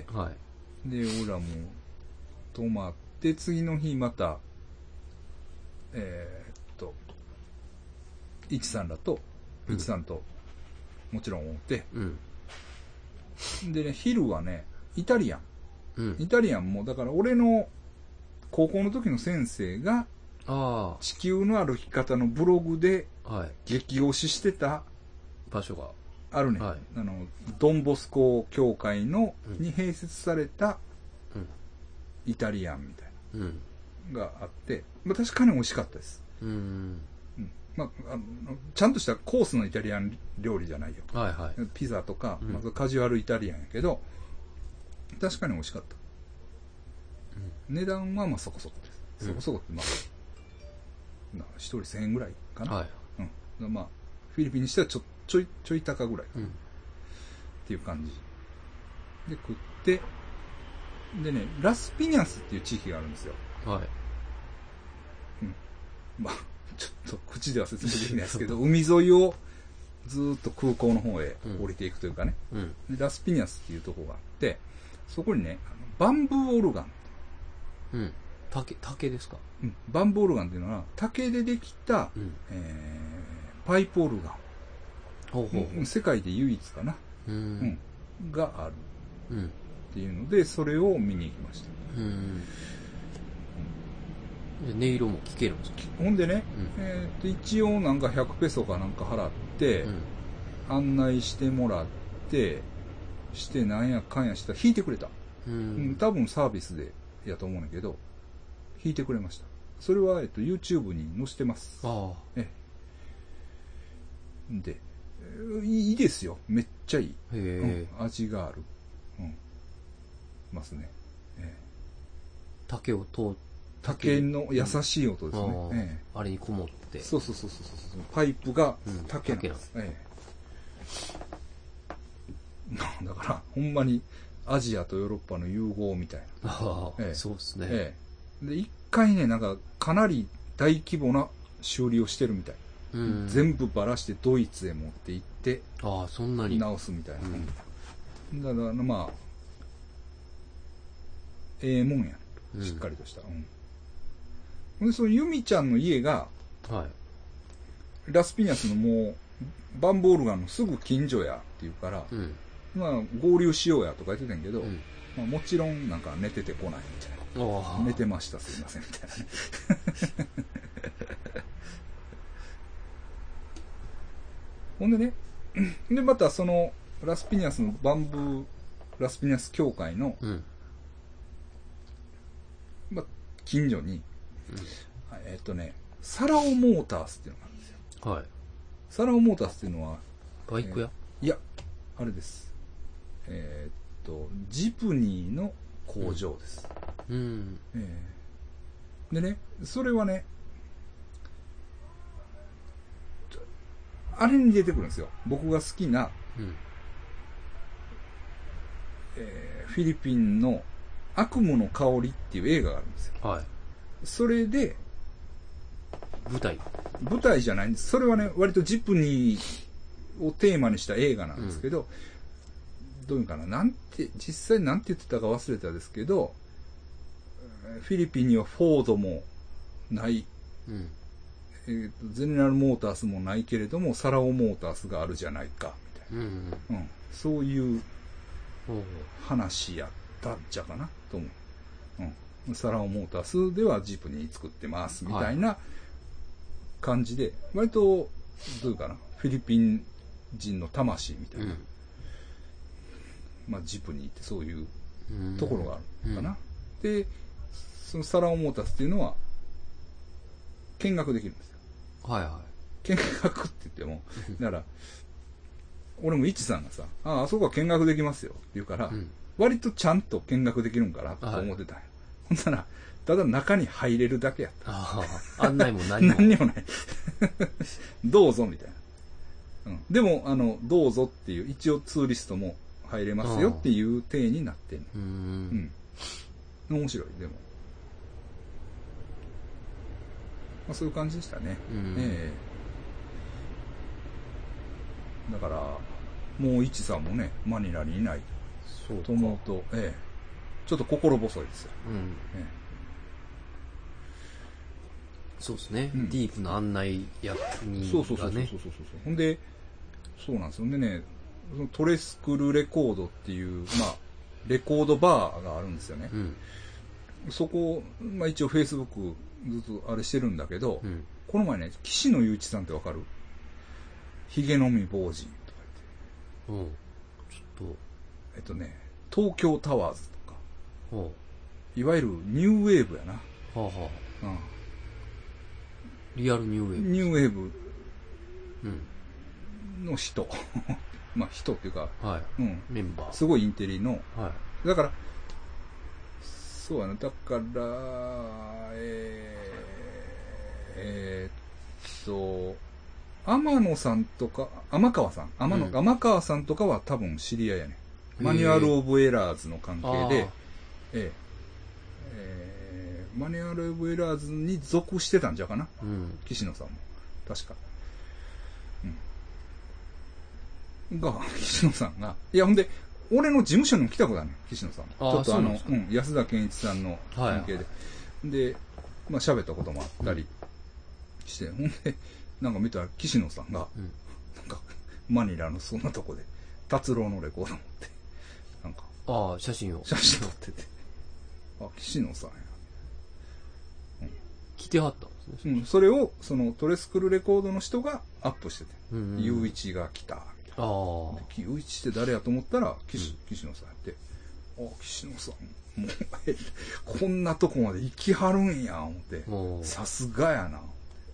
で、俺らも泊まって、次の日また、いちさんともちろん会って、でね、昼はね、イタリアンも、だから俺の高校の時の先生が、地球の歩き方のブログで、激推ししてた場所があるね。ドンボスコ教会に併設されたイタリアンみたいながあって、確かに美味しかったです。ちゃんとしたコースのイタリアン料理じゃないよ。ピザとか、カジュアルイタリアンやけど、確かに美味しかった。値段はそこそこです。そこそこって一人1000円ぐらいかな。フィリピンにしてはちょい高ぐらいかな、っていう感じで食って、でね、ラスピニャスっていう地域があるんですよ。ちょっと口では説明できないですけど、海沿いをずーっと空港の方へ降りていくというかね、でラスピニャスっていうところがあって、そこにね、バンブーオルガン。 竹ですか？ バンブーオルガンっていうのは、竹でできた、パイプオルガン。世界で唯一かな。がある。っていうので、それを見に行きました。 音色も聞けるんですか？ ほんでね、一応なんか100ペソかなんか払って、案内してもらって、してなんやかんやしたら弾いてくれた。多分サービスでやと思うんだけど、弾いてくれました。それは、YouTube に載せてます。で、いいですよ。めっちゃいい。味がある。ますね。 竹の優しい音ですね。 あれにこもって。 そう。パイプが竹なんです。だから、ほんまにアジアとヨーロッパの融合みたいな。 そうですね。 で、一回ね、なんか、かなり大規模な修理をしてるみたい。全部ばらしてドイツへ持って行って、 そんなに直すみたいな。だから、まあ、もんや。しっかりとした。で、そのユミちゃんの家が、ラスピニャスのもう、バンボールガンのすぐ近所やって言うから、まあ、合流しようやとか言ってたんやけど、まあ、もちろんなんか寝ててこないみたいな。寝てました、すいません、みたいなね。ほんでね、で、またその、ラスピニャスのバンブー、ラスピニャス協会の、まあ、近所に、サラオモータースっていうのがあるんですよ。サラオモータースっていうのは、 バイク屋？ いや、あれです。ジプニーの工場です。でね、それはね、あれに出てくるんですよ。僕が好きな、フィリピンの悪夢の香りっていう映画があるんですよ。それで、舞台じゃないんです。それはね、割とジプニーをテーマにした映画なんですけど、どういうかな、実際なんて言ってたか忘れたですけど、フィリピンにはフォードもない、ゼネラルモータースもないけれども、サラオモータースがあるじゃないか、みたいな。そういう話やったんちゃうかな、と思う。サラオモータースではジプニー作ってます、みたいな感じで、割と、どういうかな、フィリピン人の魂みたいな。まあ、ジプニーってそういうところがあるかな。で、そのサラオモータースっていうのは、見学できるんですよ。見学って言っても、だから、俺もイチさんがさ、あそこは見学できますよって言うから、割とちゃんと見学できるんかなと思ってたんよ。ほんなら、ただ中に入れるだけやった。 案内も何も。 何にもない。どうぞみたいな。でも、どうぞっていう、一応ツーリストも入れますよっていう体になってんの。面白い、でも。まあ、そういう感じでしたね。だから、もうイチさんもね、マニラにいないと思うと、ちょっと心細いですよ。 そうですね。ディープな案内役人がね。 ほんで、そうなんですよね。トレスクルレコードっていう、まあ、レコードバーがあるんですよね。そこ、まあ一応 Facebook ずっとあれしてるんだけど、この前ね、岸野雄一さんってわかる？ヒゲのみ坊主とか言って。 ちょっと。東京タワーズとか。いわゆるニューウェーブやな。 リアルニューウェーブ。 ニューウェーブの人。まあ人っていうか、 メンバー。 すごいインテリの。だから、そうやな、だから、天野さんとか、天川さん、天川さんとかは多分知り合いやね。マニュアル・オブ・エラーズの関係で、マニュアル・オブ・エラーズに属してたんじゃうかな、岸野さんも。確か。岸野さんが、いや、ほんで、俺の事務所にも来たことあるね、岸野さん。ちょっと安田健一さんの関係で。で、まあ喋ったこともあったりして、ほんで、なんか見たら岸野さんが、なんか、マニラのそんなとこで、達郎のレコード持って、なんか、 写真撮ってて、岸野さんや。 来てはったんですね。 それを、そのトレスクルレコードの人がアップしてて、ゆういちが来た。ゆういちって誰やと思ったら、岸野さんやって、岸野さん、もう、こんなとこまで行きはるんや、思って、さすがやな。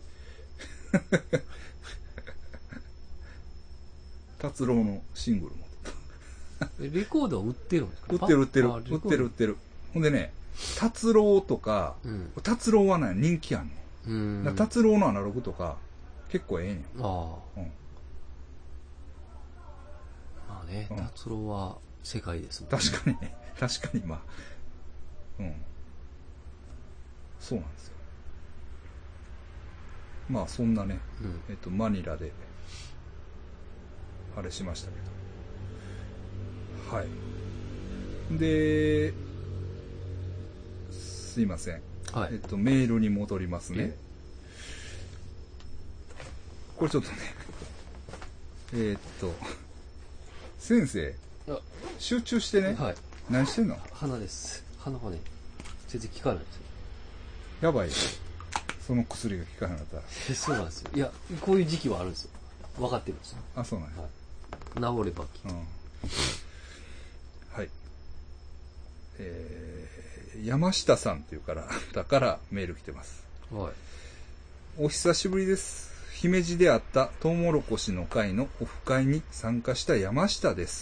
達郎のシングルも。 レコードは売ってるんですか？ 売ってる。ほんでね、達郎とか、達郎はね、人気あんの。達郎のアナログとか、結構ええねん。まあね、達郎は世界ですもんね。確かにね。確かに、まあ。そうなんですよ。まあ、そんなね、マニラで、あれしましたけど。はい。で、すいません。 はい。 メールに戻りますね。これちょっとね、先生、集中してね。 はい。 何してんの？ 鼻です。鼻がね、全然効かないですよ。 やばいよ。その薬が効かなかったら。 そうなんですよ。いや、こういう時期はあるんですよ。分かってるんですよ。 あ、そうなんや。 治ればはい。山下さんっていうからだからメール来てます。 はい。 お久しぶりです。姫路であったトウモロコシの会のオフ会に参加した山下です。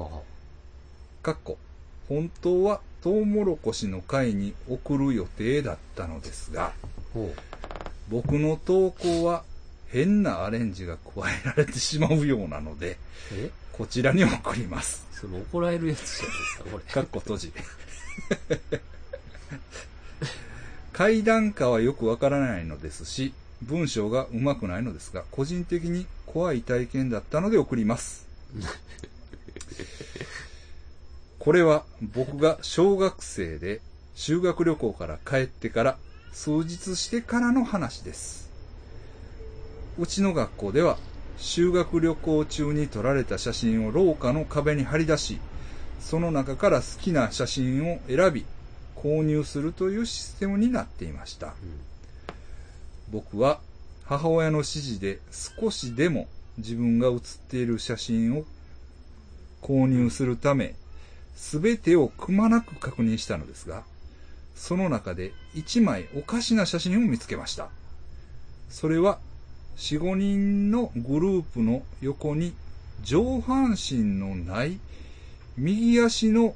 本当はトウモロコシの会に送る予定だったのですが、僕の投稿は変なアレンジが加えられてしまうようなので、こちらに送ります。 その怒られるやつじゃないですか、これ。 かっこ閉じ。階段歌はよくわからないのですし、文章がうまくないのですが、個人的に怖い体験だったので送ります。これは僕が小学生で修学旅行から帰ってから数日してからの話です。うちの学校では修学旅行中に撮られた写真を廊下の壁に貼り出し、その中から好きな写真を選び購入するというシステムになっていました。僕は母親の指示で少しでも自分が写っている写真を購入するため、すべてをくまなく確認したのですが、その中で1枚おかしな写真を見つけました。それは 4,5 人のグループの横に上半身のない右足の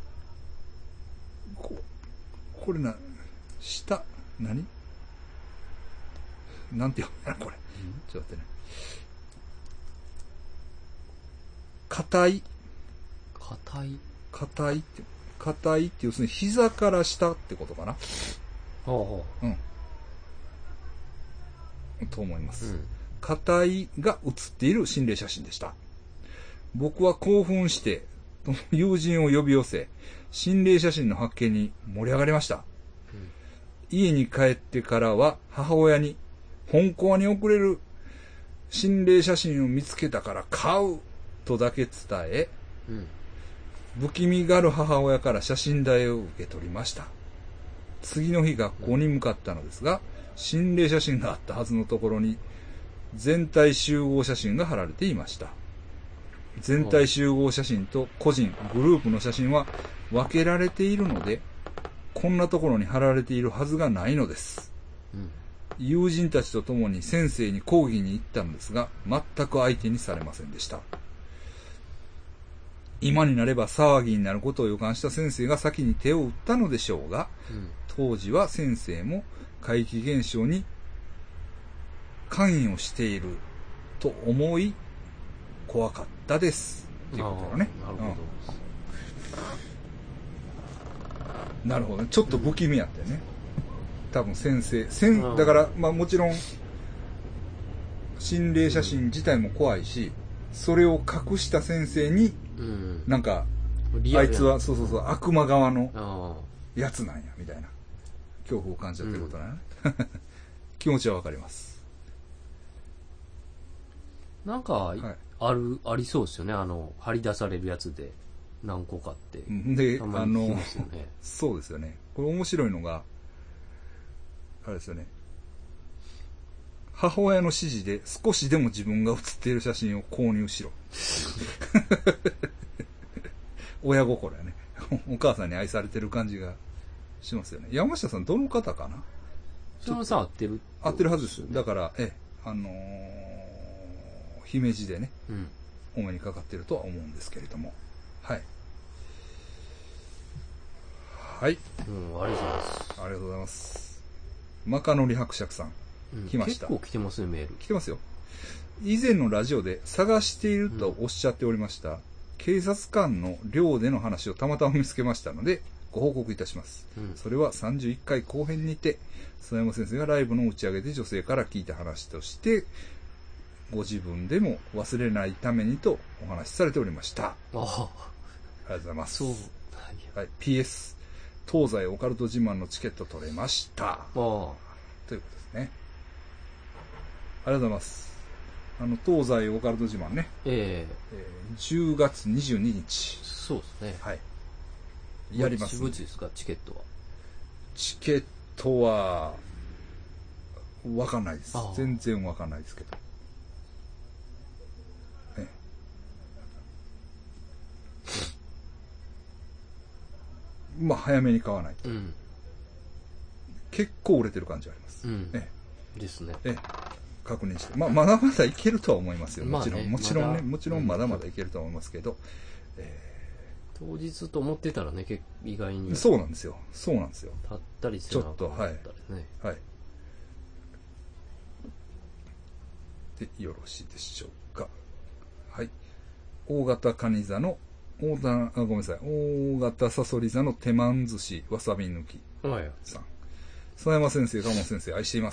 これ下何なんて読むのこれ、ちょっと待ってね。硬いって要するに膝から下ってことかな。と思います。硬いが写っている心霊写真でした。僕は興奮して友人を呼び寄せ、心霊写真の発見に盛り上がりました。家に帰ってからは母親に本校に送れる心霊写真を見つけたから買うとだけ伝え、不気味がる母親から写真代を受け取りました。次の日学校に向かったのですが、心霊写真があったはずのところに全体集合写真が貼られていました。全体集合写真と個人、グループの写真は分けられているので、こんなところに貼られているはずがないのです。友人たちと共に先生に講義に行ったのですが、全く相手にされませんでした。今になれば騒ぎになることを予感した先生が先に手を打ったのでしょうが、当時は先生も怪奇現象に関与していると思い怖かったですっていうことだね。なるほどね。ちょっと不気味やったよね。多分先生だからまあもちろん心霊写真自体も怖いし、それを隠した先生になんかあいつはそう悪魔側のやつなんやみたいな恐怖を感じたってことだね。気持ちはわかります。 なんかありそうですよね。張り出されるやつで何個かってでそうですよね。これ面白いのがあれですよね。母親の指示で少しでも自分が写っている写真を購入しろ。親心やね。お母さんに愛されてる感じがしますよね。山下さんどの方かな？ 山下さん合ってる？ 合ってるはずです。だから、姫路でね、お目にかかってるとは思うんですけれども。はい。はい。 ありがとうございます。 ありがとうございます。マカノリ伯爵さん。来ました。 結構来てますね、メール。 来てますよ。以前のラジオで探しているとおっしゃっておりました、警察官の寮での話をたまたま見つけましたので、ご報告いたします。それは31回後編にて、曽山先生がライブの打ち上げで女性から聞いた話として、ご自分でも忘れないためにとお話しされておりました。ありがとうございます。 そう。 はい。PS、東西オカルト自慢のチケット取れました。ということですね。ありがとうございます。東西オカルト自慢ね。10月22日。 そうですね。 はい。やります。 いつですか、チケットは。 チケットは、わかんないです。全然わかんないですけど。まあ、早めに買わないと。結構売れてる感じあります。 ですね。 確認して。まあ、まだまだいけるとは思いますよ。もちろんまだまだいけるとは思いますけど。 当日と思ってたらね、意外に。 そうなんですよ。立ったりしてちょっと、はい。はい。で、よろしいでしょうか。はい。大型カニ座の、ごめんなさい。大型サソリ座の手満寿司わさび抜きさん。曽山先生、ガモン先生、愛しています。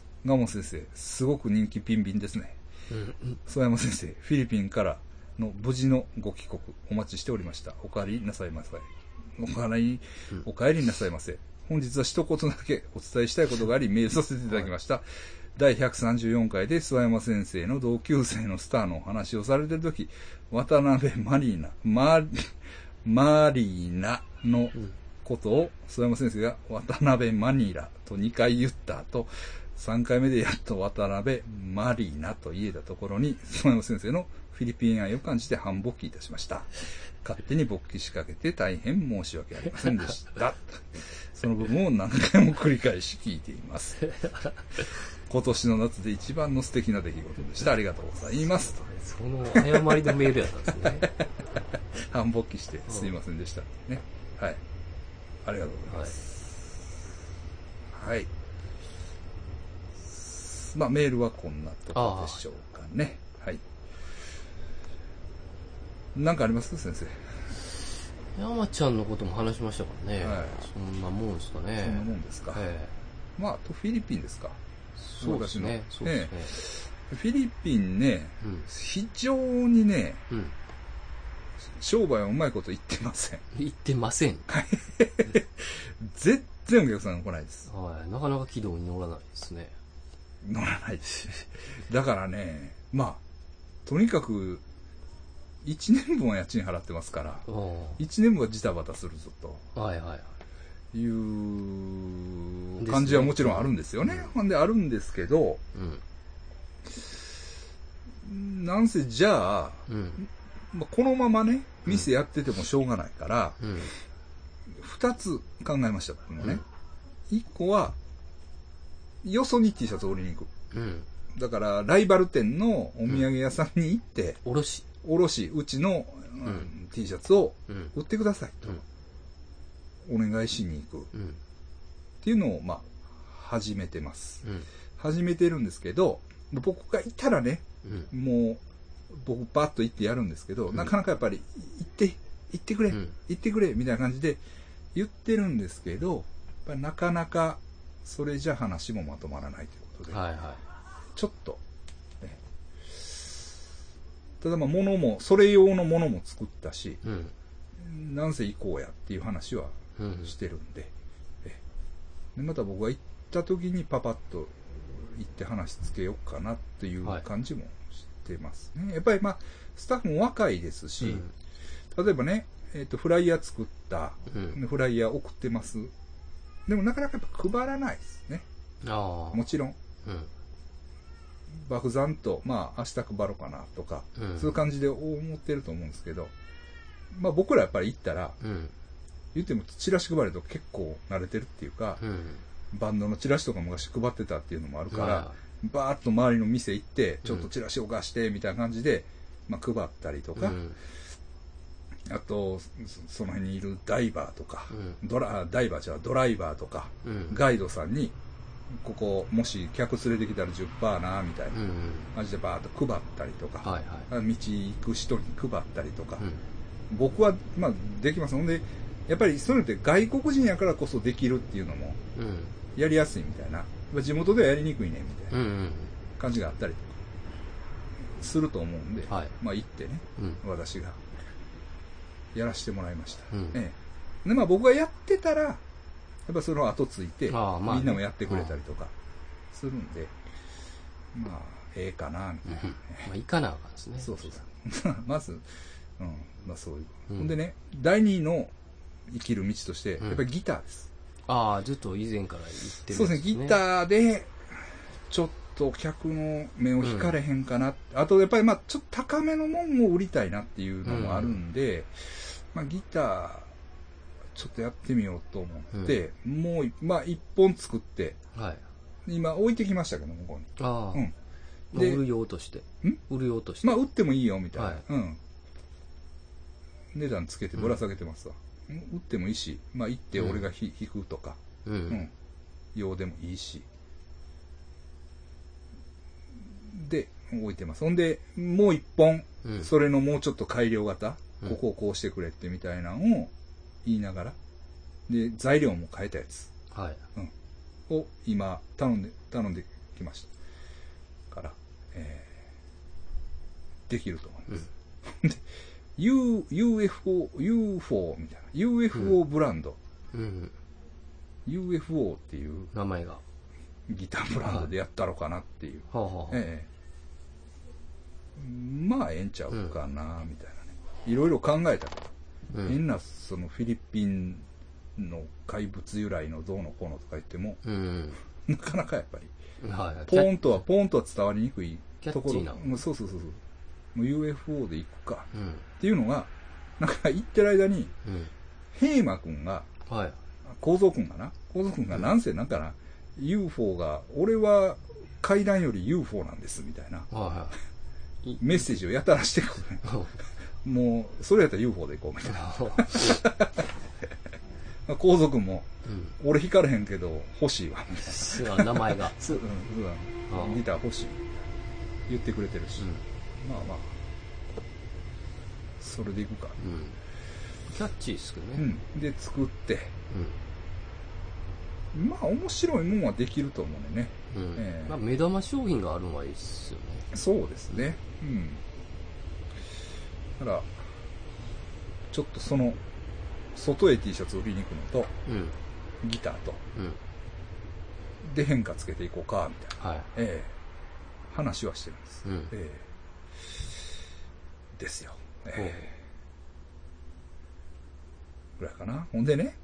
ガモン先生、すごく人気ピンビンですね。曽山先生、フィリピンからの無事のご帰国、お待ちしておりました。お帰りなさいませ。お帰りなさいませ。本日は一言だけお伝えしたいことがあり、メールさせていただきました。第134回で諏訪山先生の同級生のスターのお話をされているとき、渡辺マリーナのことを諏訪山先生が渡辺マニラと2回言った後、3回目でやっと渡辺マリーナと言えたところに、諏訪山先生のフィリピン愛を感じて反勃起いたしました。勝手に勃起しかけて大変申し訳ありませんでした。その部分を何回も繰り返し聞いています。今年の夏で一番の素敵な出来事でした。ありがとうございます。 その誤りのメールやったんですね。 反勃起してすいませんでした。ね。はい。ありがとうございます。はい。まあ、メールはこんなところでしょうかね。はい。なんかあります先生。 山ちゃんのことも話しましたからね。そんなもんですかね。 そんなもんですか。まあ、あとフィリピンですか。 そうですね。 フィリピンね、非常にね、商売はうまいこと言ってません。 言ってません。 全然お客さんが来ないです。 なかなか軌道に乗らないですね。 乗らないです。だからね、まあ、とにかく、1年分は家賃払ってますから、1年分はジタバタするぞと。いう感じはもちろんあるんですよね。ほんであるんですけど、なんせじゃあ、このままね、店やっててもしょうがないから、2つ考えました、僕もね。1個は、よそに T シャツを売りに行く。だから、ライバル店のお土産屋さんに行って、うちの、T シャツを売ってくださいと。お願いしに行く。っていうのを、まあ、始めてます。始めてるんですけど、僕がいたらね、もう、僕バッと行ってやるんですけど、なかなかやっぱり、行ってくれ、みたいな感じで言ってるんですけど、やっぱりなかなか、それじゃ話もまとまらないということで、ちょっと、ね、ただまあ物も、それ用のものも作ったし、なんせ行こうやっていう話はしてるんで、でまた僕が行った時にパパッと行って話つけようかなっていう感じもしてますね。やっぱりまあスタッフも若いですし、例えばね、フライヤー作った、フライヤー送ってます。でもなかなかやっぱ配らないですね。 もちろん、漠然と、まあ、明日配ろうかなとか、そういう感じで思ってると思うんですけど、まあ僕らやっぱり行ったら、言ってもチラシ配ると結構慣れてるっていうか、バンドのチラシとか昔配ってたっていうのもあるから、バーッと周りの店行って、ちょっとチラシを貸して、みたいな感じで、まあ配ったりとか、あと、その辺にいるダイバーとか、ドライバーとか、ガイドさんに、ここ、もし客連れてきたら 10% な、みたいな感じでバーッと配ったりとか、道行く人に配ったりとか、僕は、まあ、できます。ほんで、やっぱりそういうのって外国人やからこそできるっていうのも、やりやすいみたいな。地元ではやりにくいね、みたいな感じがあったりとか、すると思うんで、まあ行ってね、私が、やらせてもらいました。で、まあ僕がやってたら、やっぱその後ついて、みんなもやってくれたりとか、するんで、まあ、ええかな、みたいな。 まあ、いかなあかんですね。 そう。まず、まあそういう。ほんでね、第二の生きる道として、やっぱりギターです。 ずっと以前から言ってるんですね。 そうですね、ギターで、ちょっと客の目を引かれへんかな。あと、やっぱりまあ、ちょっと高めのもんを売りたいなっていうのもあるんで、まあギター、ちょっとやってみようと思って、もう、まあ一本作って、今置いてきましたけど、向こうに。 で、売る用として。売る用として。 まあ売ってもいいよ、みたいな。値段つけてぶら下げてますわ。売ってもいいし、まあ行って俺が弾くとか、用でもいいし。で、置いてます。ほんで、もう一本、それのもうちょっと改良型、ここをこうしてくれってみたいなのを言いながら、で、材料も変えたやつ、を今頼んできました。から、できると思います。で、UFO みたいな。UFO ブランド。UFO っていう名前がギターブランドでやったろうかなっていう。まあ、ええんちゃうかな、みたいなね。いろいろ考えたけど、変な、そのフィリピンの怪物由来のどうのこうのとか言っても、なかなかやっぱり、ポーンとは伝わりにくいところ。そう。もう UFO で行くか。っていうのが、なんか行ってる間に、ヘイマ君が、構造君がなんせなんかな、UFO が、俺は階段より UFO なんです、みたいな。メッセージをやたらしてくるね。もう、それやったら UFO で行こう、みたいな。皇族も、俺弾かれへんけど、欲しいわ、みたいな。 名前が。 ギター欲しい。言ってくれてるし。まあまあ、それでいくか。 キャッチーですけどね。 で、作って、まあ、面白いもんはできると思うね。 まあ、目玉商品があるのはいいっすよね。 そうですね。だから、ちょっとその、外へ T シャツ売りに行くのと、ギターと、で変化つけていこうか、みたいな。話はしてるんです。ですよ。ぐらいかな。ほんでね、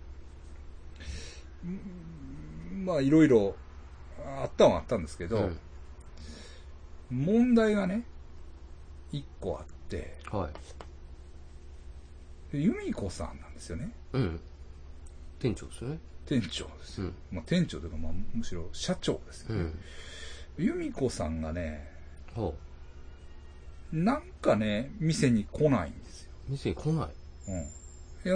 まあいろいろあったんですけど、問題がね、一個あって、由美子さんなんですよね。 店長ですよね。 店長ですよ。まあ店長というか、まあむしろ社長ですよね。由美子さんがね、なんかね、店に来ないんですよ。 店に来ない 。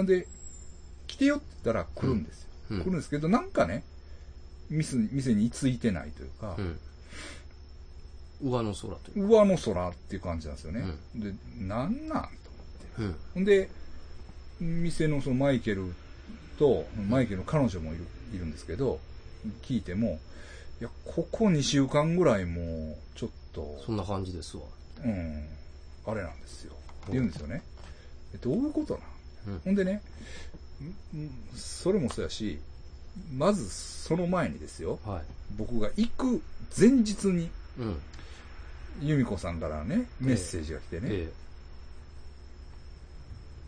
で、来てよって言ったら来るんですよ。来るんですけど、なんかね、店に居ついてないというか、 上の空というか。上の空っていう感じなんですよね。で、なんなんと思って。ほんで、店のそのマイケルと、マイケルの彼女もいるんですけど、聞いても、いや、ここ2週間ぐらいもう、ちょっと。 そんな感じですわ。 あれなんですよ。って言うんですよね。どういうことなの？ほんでね、それもそうやし、まずその前にですよ、僕が行く前日に、由美子さんからね、メッセージが来てね、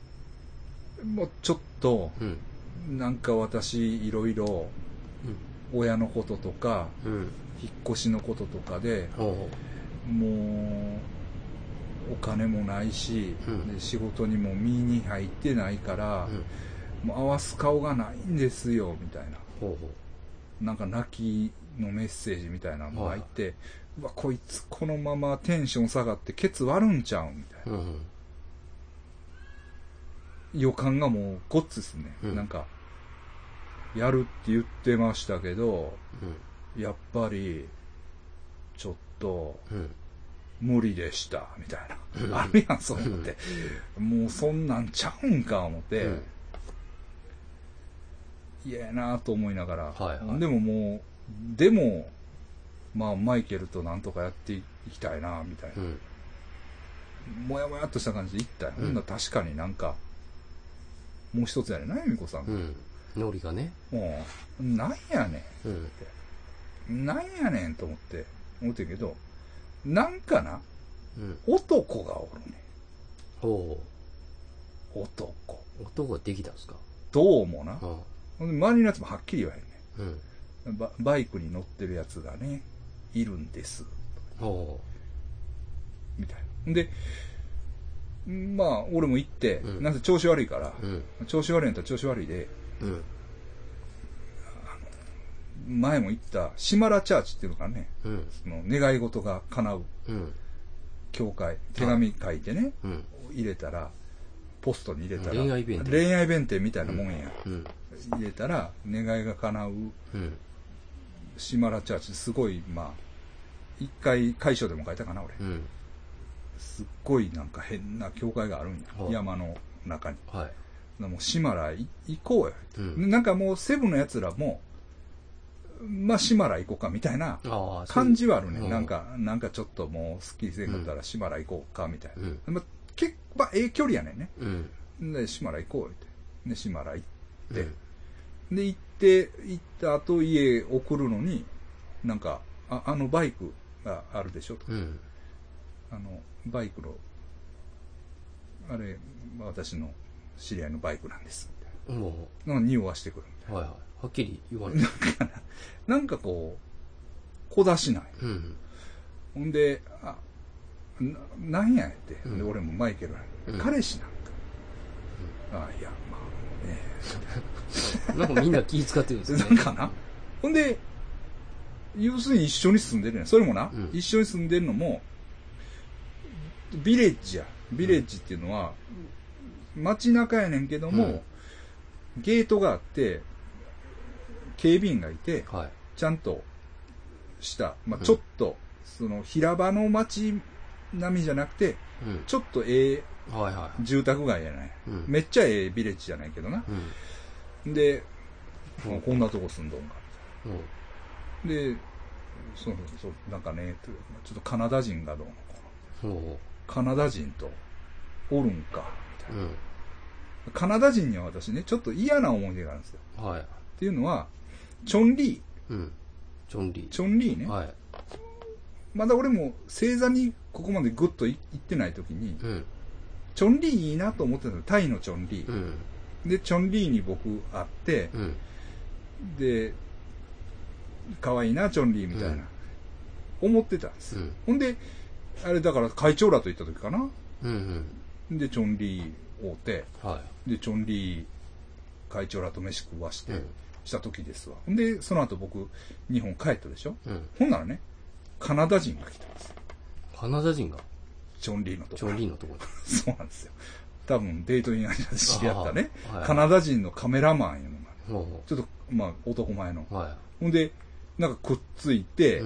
もうちょっと、なんか私いろいろ親のこととか、引っ越しのこととかで、もうお金もないし、で仕事にも身に入ってないから、もう合わす顔がないんですよみたいな、なんか泣きのメッセージみたいなのが入って、うわこいつこのままテンション下がってケツ割るんちゃうみたいな、予感がもうごっつですね、なんかやるって言ってましたけど、やっぱりちょっと無理でしたみたいな、あるやんそう思って、もうそんなんちゃうんか思って、嫌やなと思いながら、でもまあマイケルとなんとかやっていきたいなみたいな、もやもやっとした感じで行ったよ、ほんなら確かになんかもう一つやねんな由美子さん、 ノリがね、 もうなんやねんって、なんやねんと思ってるけど、なんかな、男がおるね。 男ができたんですか。 どうもな。周りのやつもはっきり言わへんね、バイクに乗ってるやつがねいるんですみたいな。でまあ俺も行って、なんせ調子悪いから、調子悪いんやったら調子悪いで、前も言ったシマラチャーチっていうのかね、その願い事が叶う、教会、手紙書いてね、入れたらポストに入れたら恋愛弁天みたいなもんや、入れたら願いが叶う、シマラチャーチ、すごい、まあ一回楷書でも書いたかな俺、すっごいなんか変な教会があるんや、山の中に、もうシマラ行こうよ、なんかもうセブンのやつらもまあシマラ行こうかみたいな感じはあるね、なんかちょっともうスッキリせんかったらシマラ行こうかみたいな、結構距離やねんね、でシマラ行こうってでシマラ行って、で行った後家送るのになんかあのバイクがあるでしょと、バイクのあれ私の知り合いのバイクなんですみたいな、匂わしてくるみたいな、 はっきり言わないなんかこう小出しない、ほんでなんやって、で俺もマイケル彼氏なんか、いやまあねなんかみんな気使ってるんですねなんかな、ほんで要するに一緒に住んでるやん、それもな、一緒に住んでるのもビレッジや、ビレッジっていうのは街中やねんけども、ゲートがあって警備員がいて、ちゃんとした、ちょっとその平場の街並みじゃなくて、ちょっと住宅街やない、めっちゃビレッジじゃないけどな、で、こんなとこ住んどんかみたいな、でそうなんかねちょっとカナダ人がどうのこうの、カナダ人とおるんかみたいな、カナダ人には私ねちょっと嫌な思い出があるんですよ、っていうのはチョンリー、チョンリーね、まだ俺も星座にここまでグッと行ってない時に、チョンリーいいなと思ってたの、タイのチョンリー、でチョンリーに僕会って、で可愛いなチョンリーみたいな、思ってたんです、ほんであれだから会長らと行った時かな、でチョンリー会うて、でチョンリー会長らと飯食わして、した時ですわ。ほんでその後僕日本帰ったでしょ、ほんならねカナダ人が来たんです。 カナダ人がチョンリーのところそうなんですよ、多分デートインアジアで知り合ったね、カナダ人のカメラマンいうのが、ちょっとまあ男前の、ほんでなんかくっついて、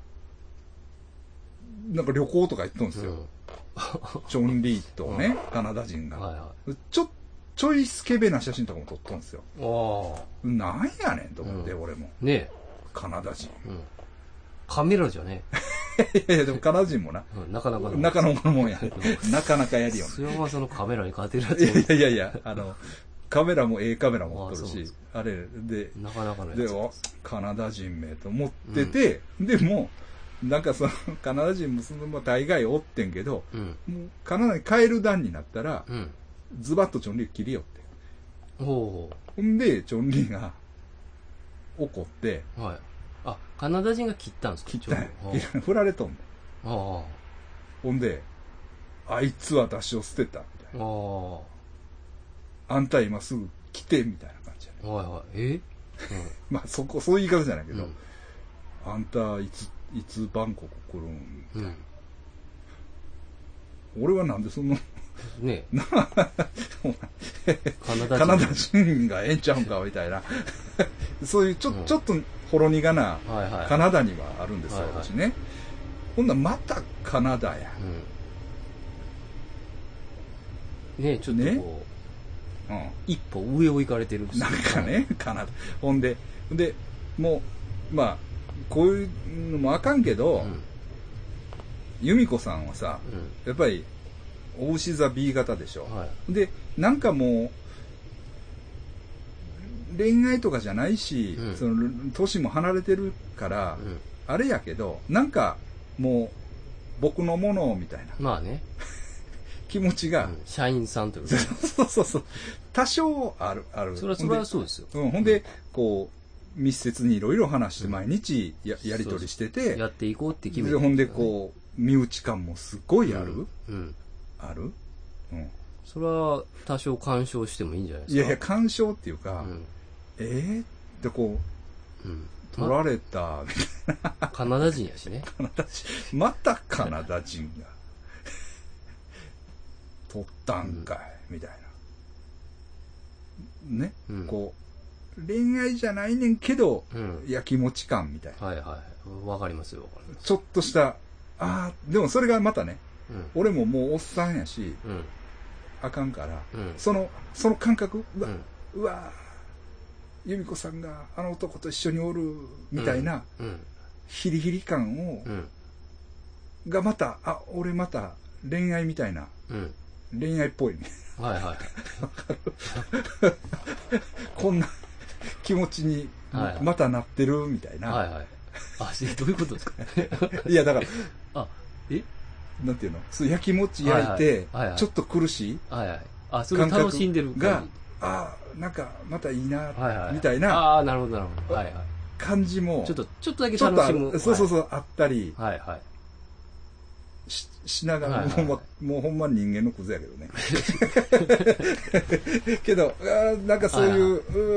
なんか旅行とか行っとんですよ、チョンリーとね、カナダ人が、ちょいスケベな写真とかも撮っとんですよ。なんやねんと思って、俺もね、 カナダ人、 カメラじゃねいやでもカナダ人もな、 なかなかのもんやなかなかやるよね。 それはそのカメラに勝てるやつ。 いやカメラもカメラ持ってるし、あれでなかなかのやつでカナダ人名と思ってて、でもなんかそのカナダ人もその大概おってんけど、もうカナダに帰る段になったら、ズバッとチョンリー切りよって、ほんでチョンリーが怒って、 はい。あ、カナダ人が切ったんですか？ 切ったんや。振られとんねん。 ほんで、あいつは出しを捨てた、みたいな。あんた今すぐ来て、みたいな感じやね。 はいはい。 まあそういう言い方じゃないけど、あんたいつバンコク来るんみたいな。俺はなんでそんな、 ねえ。カナダ人がええんちゃうんか、みたいな。そういうちょっとほろ苦なカナダにはあるんですよ、私ね。ほんならまたカナダや。 ね、ちょっとこう、一歩上を行かれてる。 なんかね、カナダ。ほんで、もう、まあ、こういうのもあかんけど、由美子さんはさ、やっぱり、お牛座 B 型でしょ。で、なんかもう、恋愛とかじゃないし、その、年も離れてるから、あれやけど、なんか、もう、僕のものみたいな。 まあね。 気持ちが、 社員さんというか。そう。多少ある。 それはそうですよ。 ほんで、こう、密接にいろいろ話して毎日やりとりしてて。 やっていこうって決めて。 ほんで、こう、身内感もすごいある。ある。 それは多少干渉してもいいんじゃないですか。 いや、干渉っていうか、ってこう、取られた、みたいな。 カナダ人やしね。 またカナダ人が。取ったんかい、みたいな。ね、こう、恋愛じゃないねんけど、やきもち感みたいな。 はいはい。わかりますよ。 ちょっとした、でもそれがまたね、俺ももうおっさんやし、あかんから、その感覚、うわ由美子さんがあの男と一緒におる、みたいな、ヒリヒリ感を、がまた、俺また恋愛みたいな、恋愛っぽいね。 はいはい。 こんな気持ちにまたなってるみたいな。 はいはい。どういうことですか？ いやだから、なんていうの？そう焼き餅焼いてちょっと苦しいそれを楽しんでるが、なんかまたいいなみたいな。 なるほどなるほど。 感じもちょっとだけ楽しむ。 そうあったり。しながら、もうほんま人間のクズやけどね。けど、なんかそういう、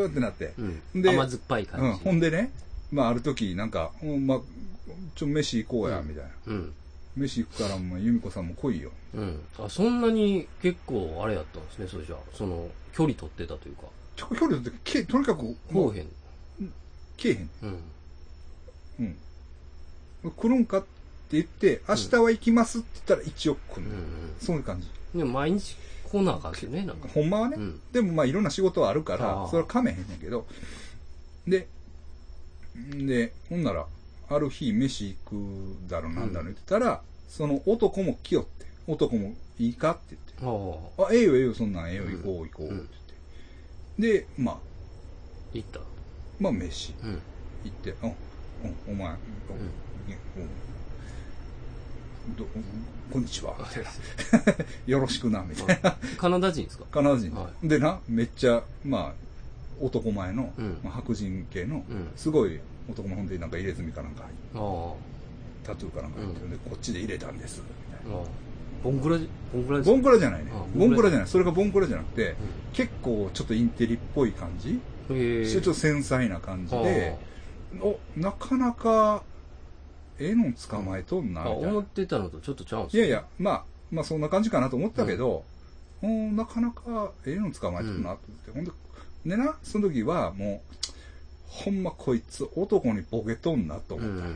ってなって。 で、甘酸っぱい感じ。 ほんでね、まあある時、なんか、飯行こうや、みたいな。飯行くから、由美子さんも来いよ。 そんなに結構あれやったんですね、それじゃあ。その、距離取ってたというか。 距離取って、とにかく、 来へん。 来えへん。来るんかって言って、明日は行きますって言ったら一応来る。そういう感じ。 でも毎日来なあかんけどね、なんか。 ほんまはね。でもまあいろんな仕事はあるから、それはかめへんねんけど。で、ほんなら、ある日飯行くだろなんだろ言ってたら、その男も来よって。男もいいかって言って。ええよ、そんなんええよ、行こうって言って。で、まあ。 行った。 まあ飯。行って、お前、こんにちは。よろしくな、みたいな。 カナダ人ですか？ カナダ人。でな、めっちゃ、まあ、男前の、白人系の、すごい男の本でなんか入れ墨かなんか入って、タトゥーかなんか入ってるんで、こっちで入れたんです、みたいな。 ボンクラじゃないね。ボンクラじゃない。それがボンクラじゃなくて、結構ちょっとインテリっぽい感じ。ちょっと繊細な感じで、なかなか、の捕まえとんな、みたいな。 思ってたのとちょっとちゃうんすね。いや、まあそんな感じかなと思ったけど、なかなかの捕まえとんなって言って、ほんでな、その時はもう、ほんまこいつ男にボケとんなと思った。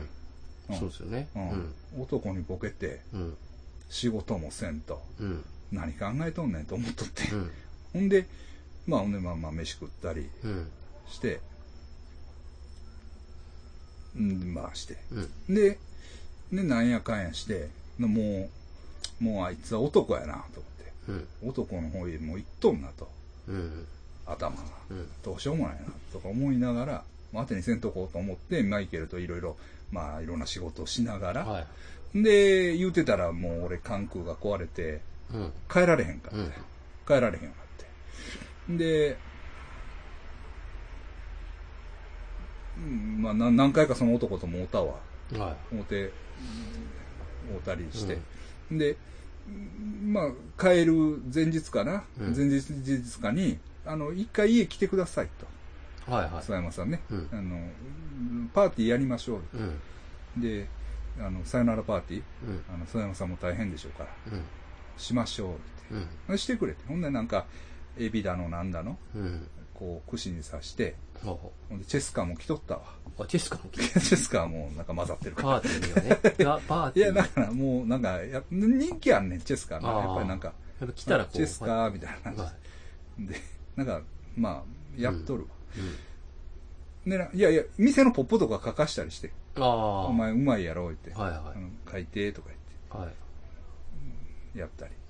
そうですよね。 男にボケて、仕事もせんと、何考えとんねんと思っとって。ほんで、まあ飯食ったりして、まあして。で、なんやかんやして、もうあいつは男やなと思って。男の方へもう行っとんなと。頭が。どうしようもないなとか思いながら、当てにせんとこうと思って、マイケルといろいろな仕事をしながら、で、言うてたらもう俺関空が壊れて、帰られへんかって。帰られへんかって。で、 まあ何回かその男とも会ったわ。 はい。 会うたりして。で、まあ、帰る前日かな、前日かに、一回家来てくださいと。 はいはい。 諏訪山さんね。パーティーやりましょう。で、さよならパーティー、諏訪山さんも大変でしょうから、しましょうって、してくれて。ほんでなんか、エビだのなんだの、こう、串に刺して、ほんでチェスカーも来とったわ。 チェスカーも来たチェスカーもなんか混ざってるから。 パーティーにはね。パーティー。 いや、だからもうなんか、人気あんねん、チェスカーが。やっぱりなんか、 やっぱ来たらこう。 チェスカーみたいな感じで。なんか、まあ、やっとるわ。でいやいや、店のポップとか書かしたりして。お前うまいやろ、って。書いて、とか言って。やったり。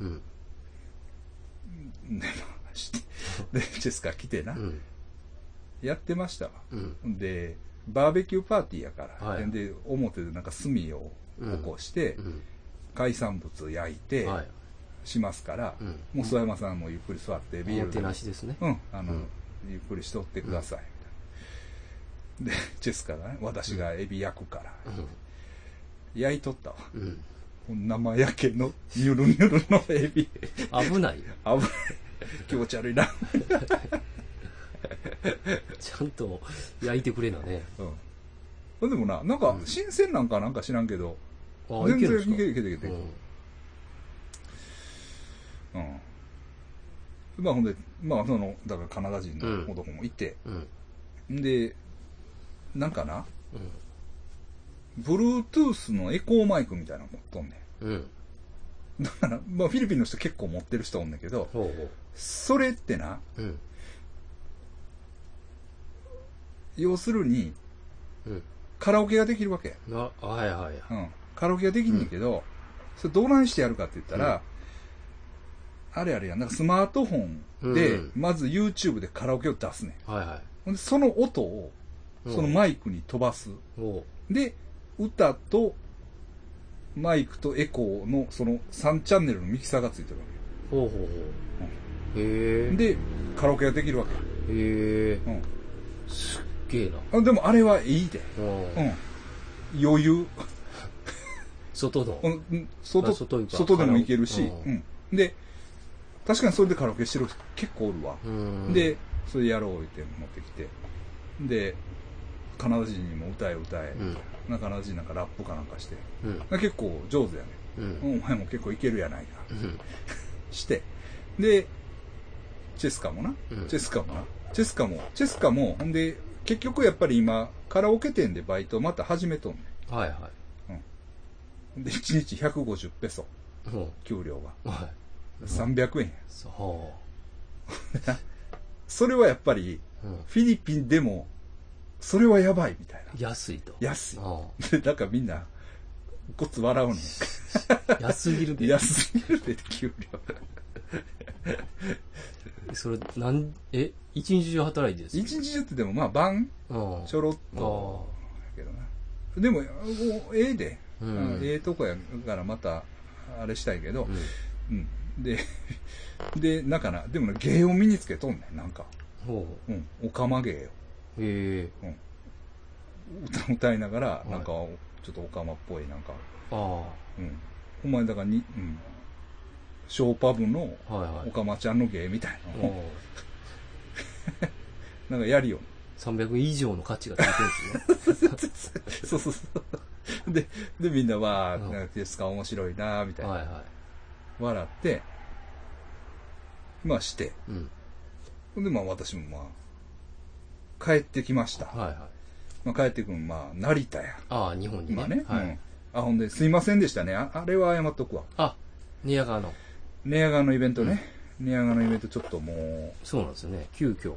で、で、チェスカー来てな。やってましたわ。で、バーベキューパーティーやから、で、表でなんか炭を起こして、海産物焼いて、しますから、もう諏訪山さんもゆっくり座ってビール。おもてなしですね。 ゆっくりしとってください。で、チェスカがね、私がエビ焼くから、焼いとったわ。生焼けのニュルニュルのエビ。 危ない。 気持ち悪いな。 ちゃんと焼いてくれなね。 でもな、なんか新鮮なんかなんか知らんけど、全然いけるいけるいける。まあほんで、まあだからカナダ人の男もいて、で、なんかな、Bluetooth のエコーマイクみたいなの持っとんねん。だから、まあフィリピンの人結構持ってる人おんねんけど、それってな、要するに、カラオケができるわけ。カラオケができんねんけど、それどうなんしてやるかって言ったら、あれやん、なんかスマートフォンで、まず YouTube でカラオケを出すねん。その音を、そのマイクに飛ばす。で、歌と、マイクとエコーの、その3チャンネルのミキサーがついてるわけ。で、カラオケができるわけ。 すっげえな。 でもあれはいいで。余裕。 外の。 外でも行けるし。で、確かにそれでカラオケしてる人結構おるわ。で、それやろうって持ってきて。で、カナダ人にも歌え。カナダ人なんかラップかなんかして。結構上手やね。お前も結構いけるやないか。して。で、チェスカも、ほんで、結局やっぱり今、カラオケ店でバイトまた始めとんねん。で、1日150ペソ。給料が。300円や。それはやっぱり、フィリピンでも、それはやばいみたいな。 安いと。 安い。で、だからみんな、こつ笑うねん。 安すぎるで。 給料。 それ、一日中働いてるんですか？ 一日中ってでもまあ晩、ちょろっと、やけどな。でも、ええで。ええとこやからまた、あれしたいけど、で、なんかな、でもね、芸を身につけとんねん、なんか。おかま芸を。歌いながら、なんか、ちょっとおかまっぽい、なんか。お前、だからショーパブのおかまちゃんの芸みたいなのをなんかやるよ。 300以上の価値がついてるんですね。 そう。で、みんなは、ですか、面白いなみたいな。笑って、まあして。で、まあ私もまあ、帰ってきました。まあ帰ってくるの、まあ、成田や。 日本にね。 まあね。ほんで、すいませんでしたね。あれは謝っとくわ。 寝屋川の。 寝屋川のイベントね。寝屋川のイベントちょっともう。 そうなんですよね。急遽。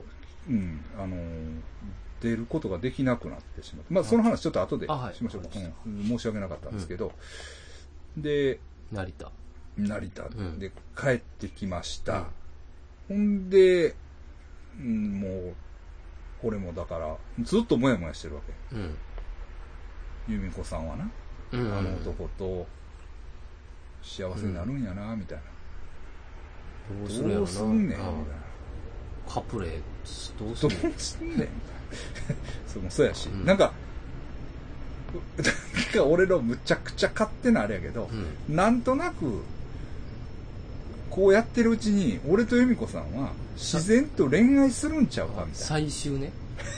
出ることができなくなってしまって。まあその話ちょっと後でしましょうか。申し訳なかったんですけど。で、 成田で帰ってきました。ほんで、もう、俺もだから、ずっともやもやしてるわけ。由美子さんはな、あの男と幸せになるんやな、みたいな。どうすんねん、みたいな。 カプレどうすどるうすんねん。そうやし、なんか俺のむちゃくちゃ勝手なあれやけど、なんとなく、こうやってるうちに、俺と由美子さんは自然と恋愛するんちゃうかみたいな。 最終ね。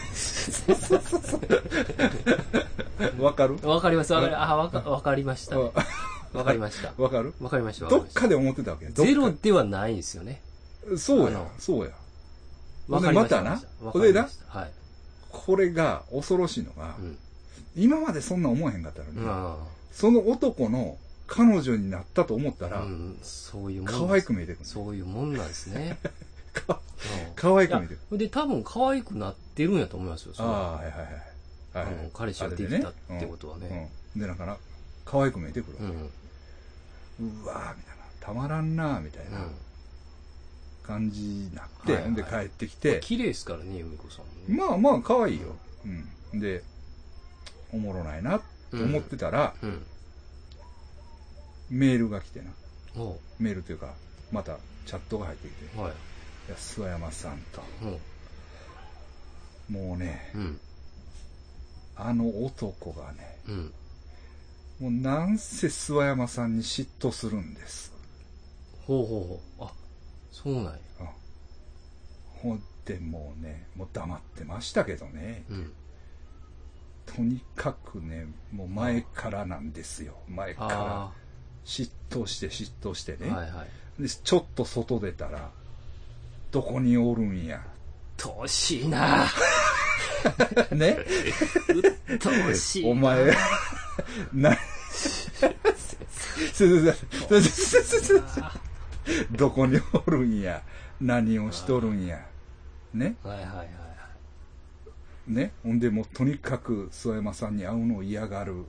わかる？ わかります。わかりました、ね。わかりました。 わかる？ わかりました。 どっかで思ってたわけ。 ゼロではないんですよね。 そうや。そうや。 わかりました。 またな。でな、 はい。 これが恐ろしいのが、今までそんな思わへんかったのに、その男の彼女になったと思ったら、 そういうもん。 可愛く見えてくる。 そういうもんなんですね。 可愛く見えてくる。 で、多分可愛くなってるんやと思いますよ。 はいはいはい。 彼氏ができたってことはね。 で、だから、可愛く見えてくる。うわーみたいな。たまらんなーみたいな感じになって、で、帰ってきて。 綺麗ですからね、由美子さん。 まあまあ、可愛いよ。で、おもろないなと思ってたら、メールが来てな。メールというか、またチャットが入ってきて。いや、諏訪山さんと。もうね、あの男がね、もうなんせ諏訪山さんに嫉妬するんです。 あ、そうなんや。 ほんでもうね、もう黙ってましたけどね。とにかくね、もう前からなんですよ。前から嫉妬してね。でちょっと外出たら、どこにおるんや。 うっとうしいなねうっとうしいなお前、どこにおるんや。何をしとるんや。ね。ね。ほんでもうとにかく諏訪山さんに会うのを嫌がる。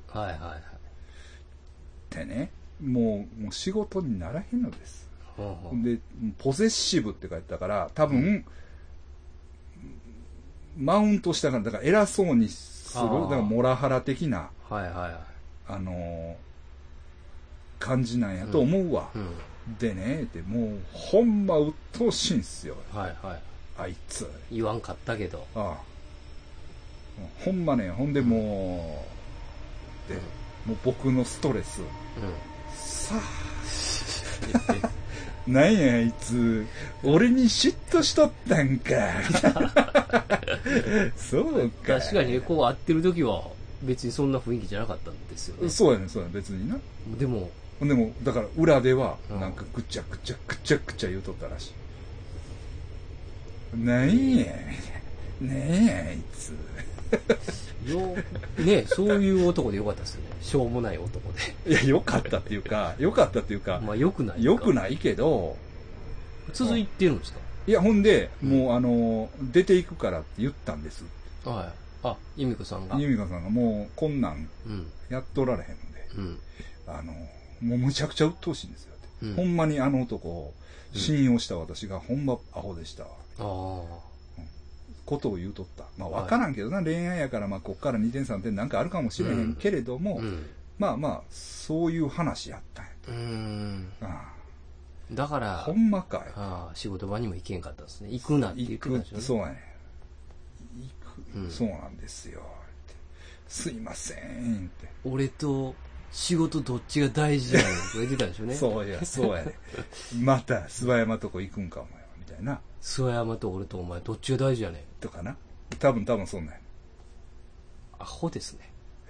ってね。もう仕事にならへんのです。で、ポゼッシブって書いてたから、多分、マウントしたから、だから偉そうにする、だからモラハラ的な、感じなんやと思うわ。でね、もう、ほんま鬱陶しいんすよ。あいつ。 言わんかったけど。 ほんまね、ほんでもう、もう僕のストレス。さあ、なんやあいつ、俺に嫉妬しとったんか。そうか。 確かにこう会ってる時は別にそんな雰囲気じゃなかったんですよね。 そうやね、別にな。 でも、 だから裏では、なんかぐちゃぐちゃ言うとったらしい。なんや、あいつ。 ね、そういう男でよかったですよね。しょうもない男で。 いや、よかったっていうか、 まあ、よくない。 よくないけど、 続いてるんですか？ いや、ほんで、もう出ていくからって言ったんです。 由美子さんが。 由美子さんがもう、こんなんやっとられへんので、もうむちゃくちゃ鬱陶しいんですよって。ほんまにあの男を信用した私がほんまアホでした。ことを言うとった。まあ分からんけどな、恋愛やからまあこっから2点3点なんかあるかもしれへんけれども、まあまあそういう話やったんやと。 だからほんまかよ。 仕事場にも行けんかったですね。行くなって言ってたんでしょうね。 そうやね。そうなんですよ。すいませんって。 俺と仕事どっちが大事やねんって言ってたんでしょうね。 そうやね。また諏訪山とこ行くんかもよみたいな。 諏訪山と俺とお前どっちが大事やねんとかな。多分そんなんや。 アホですね。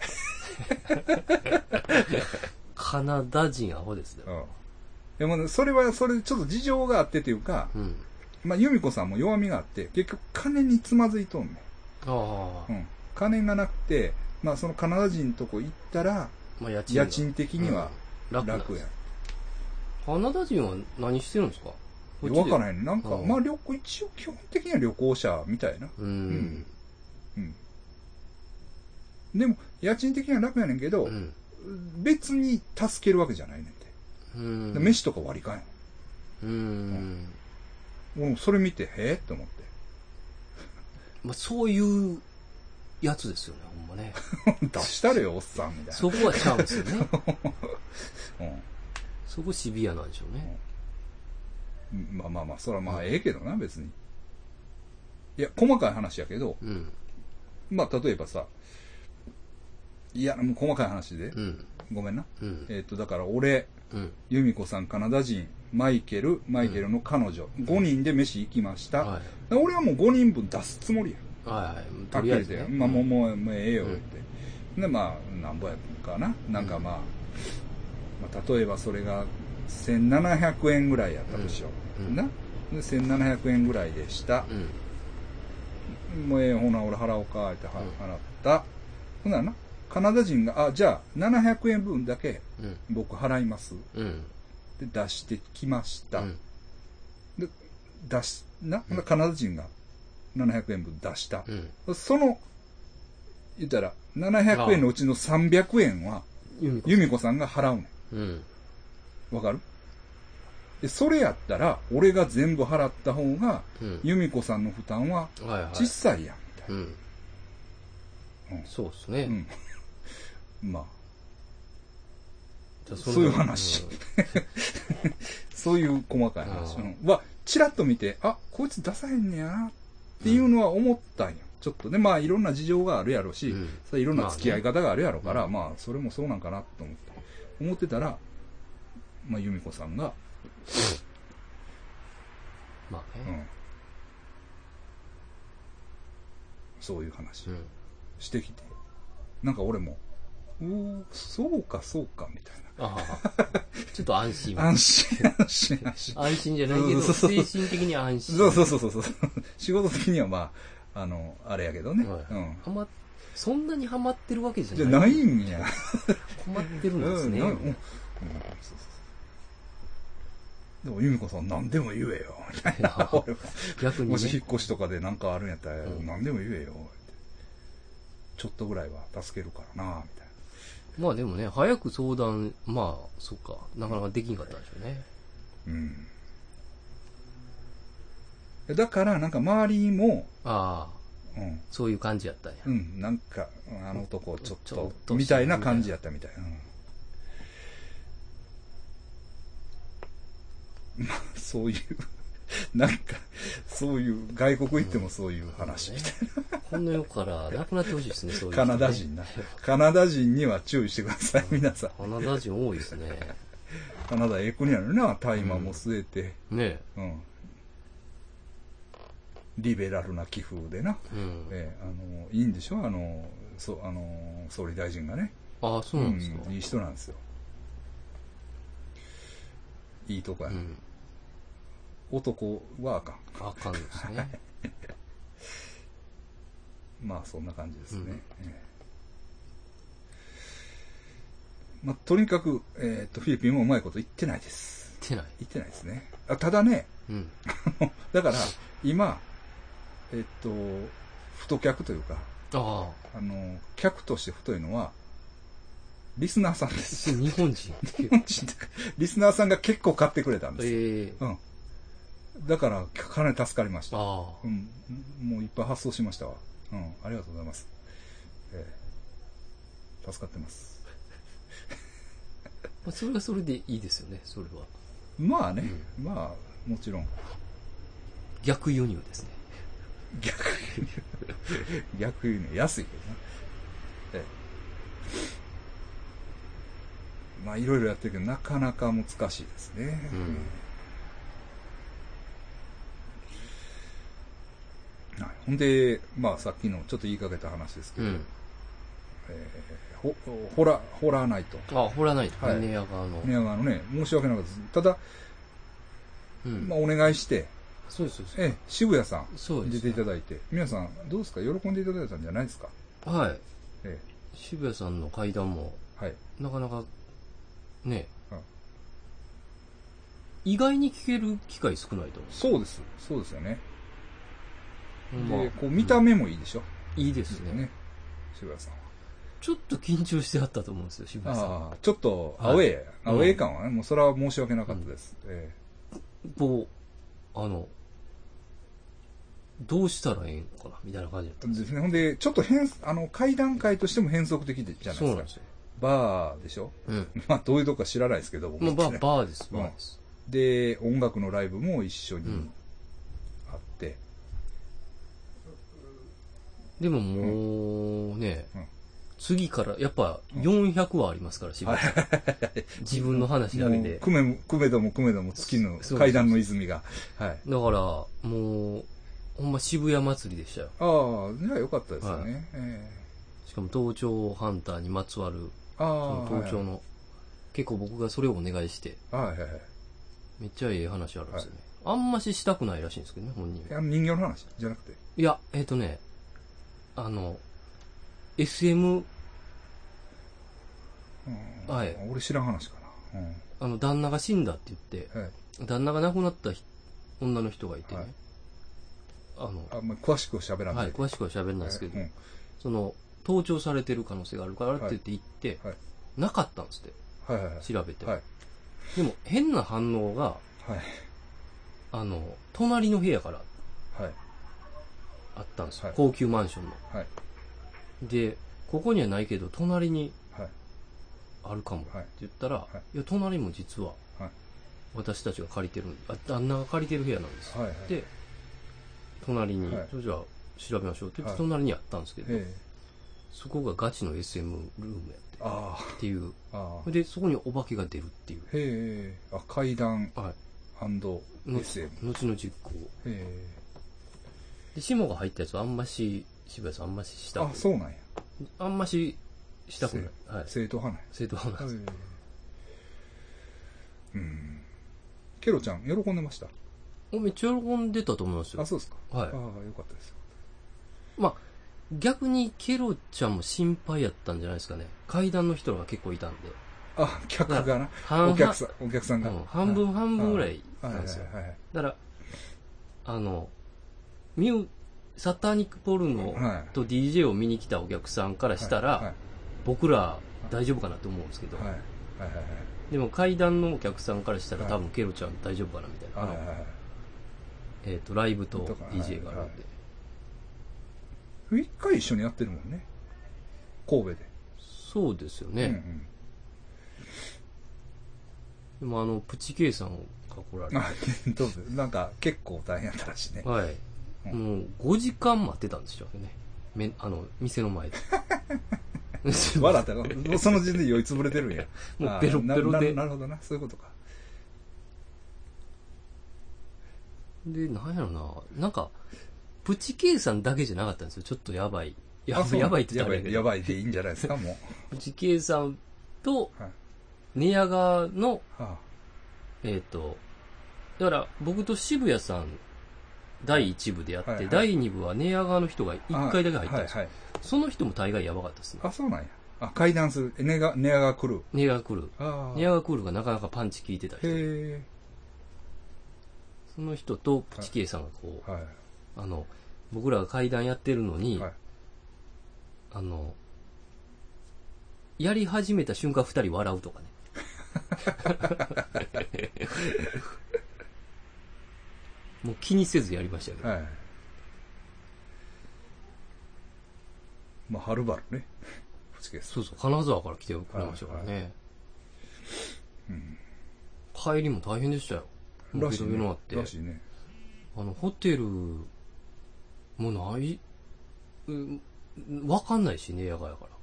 カナダ人アホですね。 でもそれちょっと事情があってというか、まあ由美子さんも弱みがあって結局金につまずいとんねん。金がなくて、まあそのカナダ人とこ行ったら、家賃的には楽や。 カナダ人は何してるんですか？ わからへん。なんか、まあ一応基本的には旅行者みたいな。でも、家賃的には楽やねんけど、別に助けるわけじゃないねんて。飯とか割り勘やん。それ見て、って思って。 まあそういうやつですよね、ほんまね。 出したれよ、おっさんみたいな。 そこはちゃうんですよね。そこシビアなんでしょうね。 まあ、それはまあええけどな、別に。 いや、細かい話やけど、 うん。 まあ、例えばさ、いや、もう細かい話で、 うん。 ごめんな。 うん。 だから俺、 うん。 由美子さん、カナダ人、マイケルの彼女、5人で飯行きました。 はい。 俺はもう5人分出すつもりや。 はいはい。 とりあえずね。まあ、もうええよ、って。で、まあ、なんぼやかな。なんかまあ、例えばそれが1700円ぐらいやったとしよう。な。で、1700円ぐらいでした。もうええ、ほな、俺払おうか、って払った。ほんならな、カナダ人が、じゃあ、700円分だけ僕払います。で、出してきました。で、カナダ人が700円分出した。その、言ったら、700円のうちの300円は、由美子さんが払うねん。わかる？で、それやったら、俺が全部払った方が、由美子さんの負担は小さいやん、みたいな。 そうですね。 まあ。そういう話。そういう細かい話は、チラッと見て、こいつ出さへんねやな、っていうのは思ったんよ。ちょっとね、まあいろんな事情があるやろし、いろんな付き合い方があるやろから、まあそれもそうなんかなと思ってたら、まあ由美子さんが、 まあね、 そういう話してきて、なんか俺も、そうかみたいな。 ちょっと安心。 安心じゃないけど、精神的に安心。 そう。仕事的にはまあ、あれやけどね。 そんなにハマってるわけじゃない。 じゃないんや。 ハマってるんですね。 でも由美子さん何でも言えよ、みたいな。 逆に、ね、 もし引っ越しとかで何かあるんやったら何でも言えよ、ちょっとぐらいは助けるからな、みたいな。 まあでもね、早く相談、まあ、そっか、なかなかできんかったんでしょうね。だからなんか周りも、 そういう感じやったんや。 なんか、あの男ちょっと、みたいな感じやったみたいな。まあ、そういう、なんか、そういう、外国行ってもそういう話みたいな。 この世からなくなってほしいですね、そういう、 カナダ人な。カナダ人には注意してください、皆さん。 カナダ人多いですね。 カナダええ国やのにな、大麻も吸えて。 ねえ。リベラルな気風でな。いいんでしょ総理大臣がね。 そうなんですか。 いい人なんですよ。いいとこやな。男はあかん。 あかんですね。 まあそんな感じですね。まあとにかく、フィリピンもうまいこと言ってないです。 言ってないですね。ただね、だから今、太客というか、客として太いのは、リスナーさんです。 日本人リスナーさんが結構買ってくれたんです。だから、かなり助かりました。もういっぱい発送しましたわ。ありがとうございます。助かってます。 それはそれでいいですよね、それは。 まあね、まあ、もちろん。 逆輸入ですね。 逆輸入。安いけどな。まあいろいろやってるけど、なかなか難しいですね。ほんで、まあさっきのちょっと言いかけた話ですけど、ホラーナイト。 ホラーナイト。寝屋川の。 寝屋川のね、申し訳なかったです。ただ、まあお願いして、 そうです。 渋谷さん出ていただいて、皆さんどうですか？喜んでいただいたんじゃないですか？ はい。渋谷さんの階段も、なかなか、ね、意外に聞ける機会少ないと思う。 そうですよね。で、こう見た目もいいでしょ？ いいですね。 渋谷さんは。 ちょっと緊張してあったと思うんですよ、渋谷さん。 ちょっとアウェー感はね、もうそれは申し訳なかったです。 こう、どうしたらええんかなみたいな感じだったんですね。ほんで、ちょっと会談会としても変則的じゃないですか。 そうなんですよ。 バーでしょ？まあ、どういうとこか知らないですけど、僕も。バーです。 で、音楽のライブも一緒にあって、 でももうね、次からやっぱ400はありますから、渋谷さん。自分の話だけで。 くめども月の階段の泉が。はい。 だから、もう、ほんま渋谷祭りでしたよ。 ああ、じゃあよかったですよね。 しかも盗聴ハンターにまつわる、その盗聴の、結構僕がそれをお願いして、めっちゃええ話あるんですよね。あんまししたくないらしいんですけどね、本人は。 人形の話じゃなくて。 いや、SM、はい。 俺知らん話かな。 旦那が死んだって言って、旦那が亡くなった女の人がいてね。 詳しくは喋らない。 はい、詳しくは喋らないですけど、その、盗聴されてる可能性があるからって言って行って、なかったんですって。調べて。でも、変な反応が、隣の部屋からあったんですよ。高級マンションの。で、ここにはないけど、隣にあるかもって言ったら、いや、隣も実は、私たちが借りてる、旦那が借りてる部屋なんです。で、隣に、じゃあ調べましょうって言って、隣にあったんですけど、そこがガチの SM ルームやって、っていう。で、そこにお化けが出るっていう。 階段SM。 後の実行。で、霜が入ったやつはあんまし、渋谷さんあんまししたくない。 そうなんや。 あんまししたくない。 正統派なんや。 正統派なんです。 ケロちゃん、喜んでました？ めっちゃ喜んでたと思いますよ。 そうですか。 はい。 よかったです。 まあ、逆にケロちゃんも心配やったんじゃないですかね。階段の人が結構いたんで。 客がな。お客さんが。 半分半分ぐらいなんですよ。だから、サタニックポルノと DJ を見に来たお客さんからしたら、僕ら大丈夫かなと思うんですけど、でも階段のお客さんからしたら多分ケロちゃん大丈夫かなみたいな。ライブと DJ があるんで。 一回一緒にやってるもんね。神戸で。 そうですよね。でもプチケイさんが来られて。 どうぞ。なんか結構大変やったらしいね。 はい。もう5時間待ってたんですよね。店の前で。 笑ったら、もうその時点で酔いつぶれてるんや。 もうペロペロで。 なるほどな。そういうことか。 で、なんやろな。なんか、プチケイさんだけじゃなかったんですよ。ちょっとやばい。やばいって言ったらやばいでいいんじゃないですか、もう。プチケイさんと、寝屋川の、だから僕と渋谷さん、第1部でやって、第2部は寝屋川の人が1回だけ入ったんですよ。その人も大概やばかったですね。 そうなんや。階段する。寝屋川来る。 寝屋川来る。寝屋川来るがなかなかパンチ効いてた人。その人とプチケイさんがこう、僕らが階段やってるのに、やり始めた瞬間2人笑うとかね。もう気にせずやりましたけど。 まあ、はるばるね。 そうそう、金沢から来てくれましたからね。帰りも大変でしたよ。 らしいね。 ホテルもない、わかんないしね、寝屋川やから。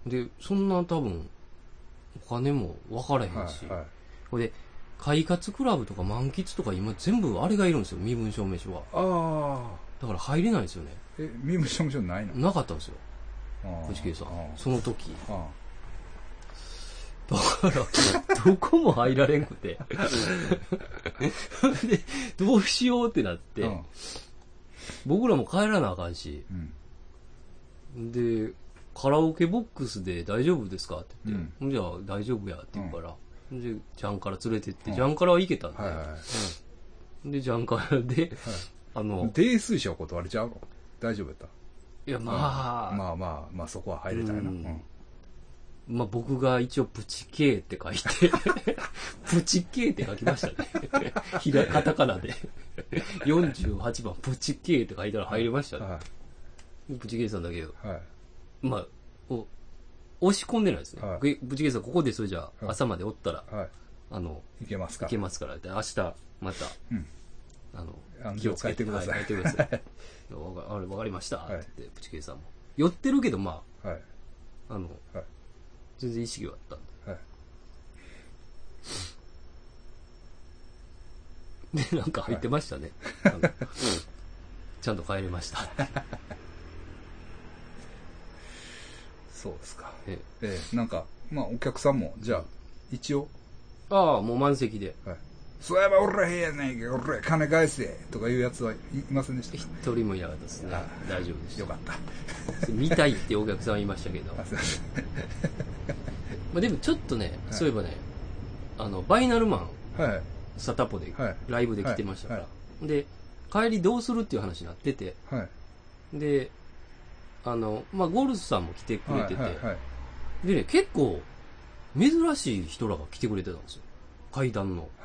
で、そんな多分、お金もわからへんし。これで、快活クラブとか満喫とか今全部あれがいるんですよ、身分証明書が。だから入れないんですよね。 身分証明書ないの？ なかったんですよ。藤圭さん。その時。だから、どこも入られんくて。で、どうしようってなって、僕らも帰らなあかんし、で、カラオケボックスで大丈夫ですかって言って、じゃあ大丈夫やって言うから、で、ジャンカラ連れてって、ジャンカラは行けたんで、で、ジャンカラで、 泥酔者は断れちゃうの？大丈夫やった？ いや、まあ、そこは入れたいな。 まあ僕が一応プチケーって書いて、プチケーって書きましたね。カタカナで。48番プチケーって書いたら入りましたね。プチケーさんだけど。まあ、押し込んでないですね。プチケーさんここでそれじゃあ朝までおったら、 いけますからって明日また暗示を変えてください。 はい、変えてください。わかりました。って言って、プチケイさんも。寄ってるけど、まあ、はい、全然意識はあったんで。で、なんか入ってましたね。ちゃんと帰れました。 そうですか。なんか、まあ、お客さんも、じゃあ、一応。 ああ、もう満席で。 はい。そういえば俺らへんやねんけど、俺ら金返せとかいうやつはいませんでした？ 一人もいなかったですね。大丈夫でした。 よかった。 見たいってお客さんはいましたけど。まあでもちょっとね、そういえばね、バイナルマン、サタポで、ライブで来てましたから。で、帰りどうするっていう話になってて、で、まあ、ゴルスさんも来てくれてて、でね、結構、珍しい人らが来てくれてたんですよ。階段の。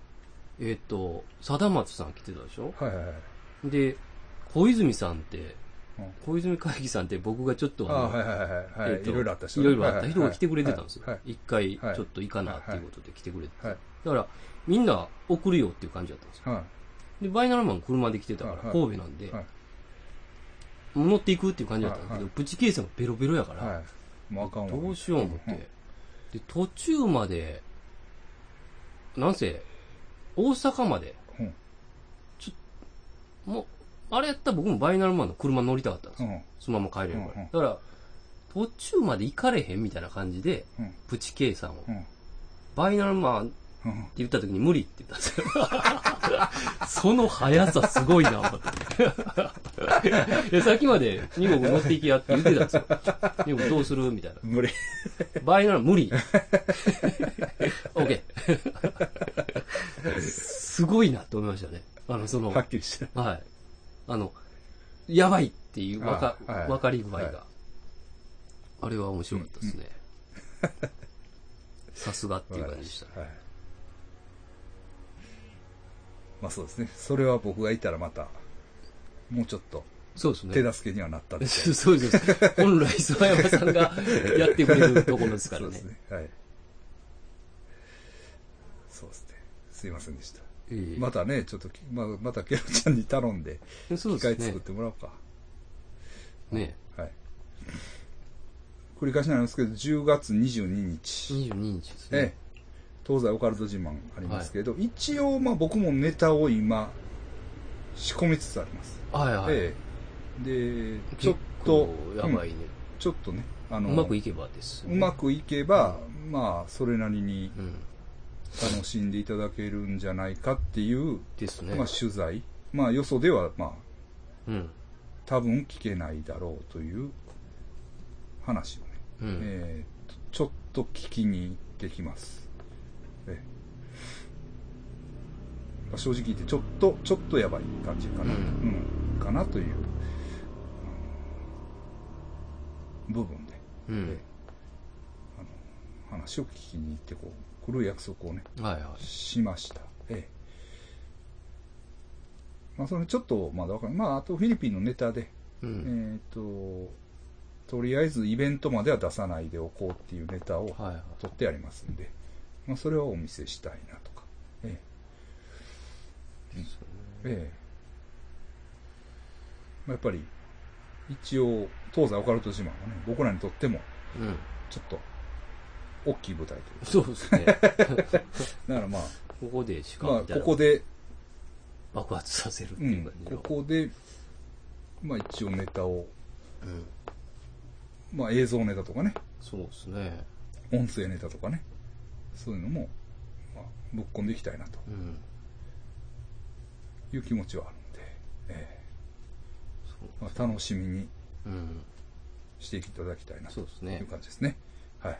貞松さん来てたでしょ？で、小泉さんって、小泉会議さんって僕がちょっといろいろあった人。 いろいろあった人が来てくれてたんですよ。一回、ちょっと行かなっていうことで来てくれて。だから、みんな送るよっていう感じだったんですよ。で、バイナルマン車で来てたから、神戸なんで、乗っていくっていう感じだったんだけど、プチケイさんがベロベロやから、どうしよう思って。で、途中まで、なんせ、大阪まで、もう、あれやったら僕もバイナルマンの車乗りたかったんですよ。そのまま帰れるから。だから、途中まで行かれへんみたいな感じで、プチケイさんを、バイナルマンって言った時に無理って言ったんですよ。その速さすごいな、思って。さっきまで、ニゴ君乗っていきやって言ってたんですよ。ニゴ君どうするみたいな。 無理。 バイナル無理。OK。すごいなって思いましたね。 はっきりして。 はい。やばいっていうわかり具合が。あれは面白かったですね。さすがっていう感じでしたね。 まあそうですね。それは僕がいたらまた、もうちょっと、手助けにはなったんですそうです。本来、諏訪山さんがやってくれるところですからね。 そうですね。はい。そうですね。すいませんでした。またね、ちょっと、またケロちゃんに頼んで、機械作ってもらおうか。 ね。 はい。繰り返しになりますけど、10月22日。 22日ですね。 東西オカルト自慢ありますけど、一応、僕もネタを今、仕込みつつあります。で、ちょっと、 やばいね。 ちょっとね、 うまくいけばです。 うまくいけば、まあ、それなりに、楽しんでいただけるんじゃないかっていう、まあ、取材。まあ、よそでは、まあ、多分聞けないだろうという話をね、ちょっと聞きに行ってきます。正直言ってちょっとやばい感じかな、かなという、部分で、話を聞きに行って来る約束をね、しました。まあそれちょっとまだわかんない。まああとフィリピンのネタで、とりあえずイベントまでは出さないでおこうっていうネタを取ってありますんで、まあそれはお見せしたいなとか。やっぱり一応東西オカルト自慢はね、僕らにとってもちょっと大きい舞台というか、 そうですね。だからまあここでしかここで爆発させるっていう感じの、 ここでまあ一応ネタを、まあ映像ネタとかね、 そうですね、 音声ネタとかね、そういうのも、まあ、ぶっ込んでいきたいなと、いう気持ちはあるので、まあ、楽しみにしていただきたいなという感じですね。はい。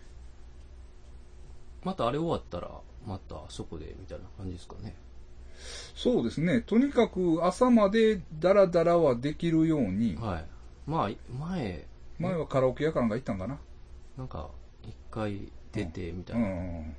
またあれ終わったらまたそこでみたいな感じですかね。 そうですね。とにかく朝までダラダラはできるように。 はい。まあ前はカラオケ屋かなんか行ったんかな。 なんか一回出てみたいな。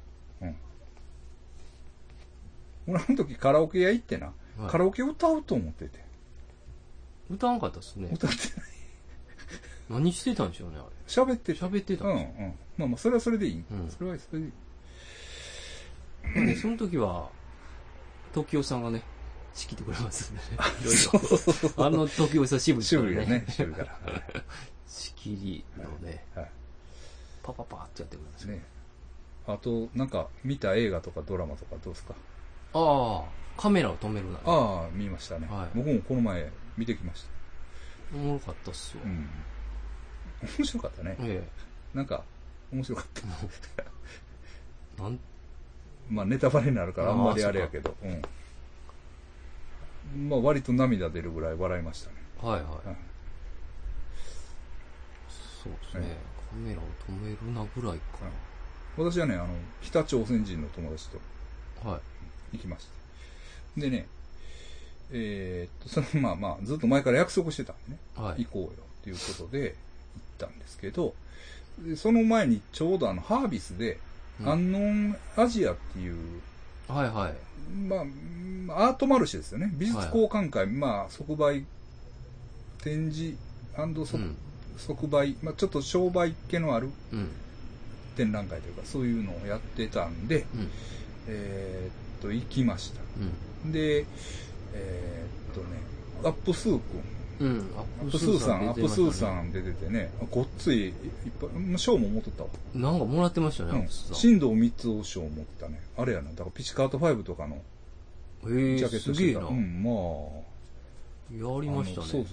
俺あの時カラオケ屋行ってな、カラオケ歌うと思ってて。 歌わんかったっすね。 歌ってない。 何してたんでしょうね、あれ。 喋ってたんですよ。 まあまあ、それはそれでいい。それはそれでいい。 その時は、時代さんがね、 仕切ってくれますね。あの時お久しぶり渋いよね、渋いから。 仕切りのね、パパパーってやってくれますね。あと、なんか、見た映画とかドラマとかどうですか？ ああ、カメラを止めるな。 ああ、見ましたね。僕もこの前見てきました。 おもろかったっすよ。 面白かったね。なんか、面白かった。まあ、ネタバレになるからあんまりあれやけど。まあ、割と涙出るぐらい笑いましたね。 はいはい。そうですね。カメラを止めるなぐらいかな。 私はね、北朝鮮人の友達と行きました。でね、そのまあまあ、ずっと前から約束してたんでね、行こうよっていうことで行ったんですけど、その前にちょうどハービスで、アンノンアジアっていう、まあ、アートマルシェですよね。美術交換会、まあ、即売、展示即売、まあ、ちょっと商売系のある展覧会というか、そういうのをやってたんで、行きました。で、アップスー君。アップスーさん出ててね、ごっつい、いっぱい、賞も持っとったわ。 なんかもらってましたね、アップスーさん。 新藤光雄賞を持ったね。あれやな、だからピチカート5とかの、ジャケットしてた。まあ。 やりましたね。 そう。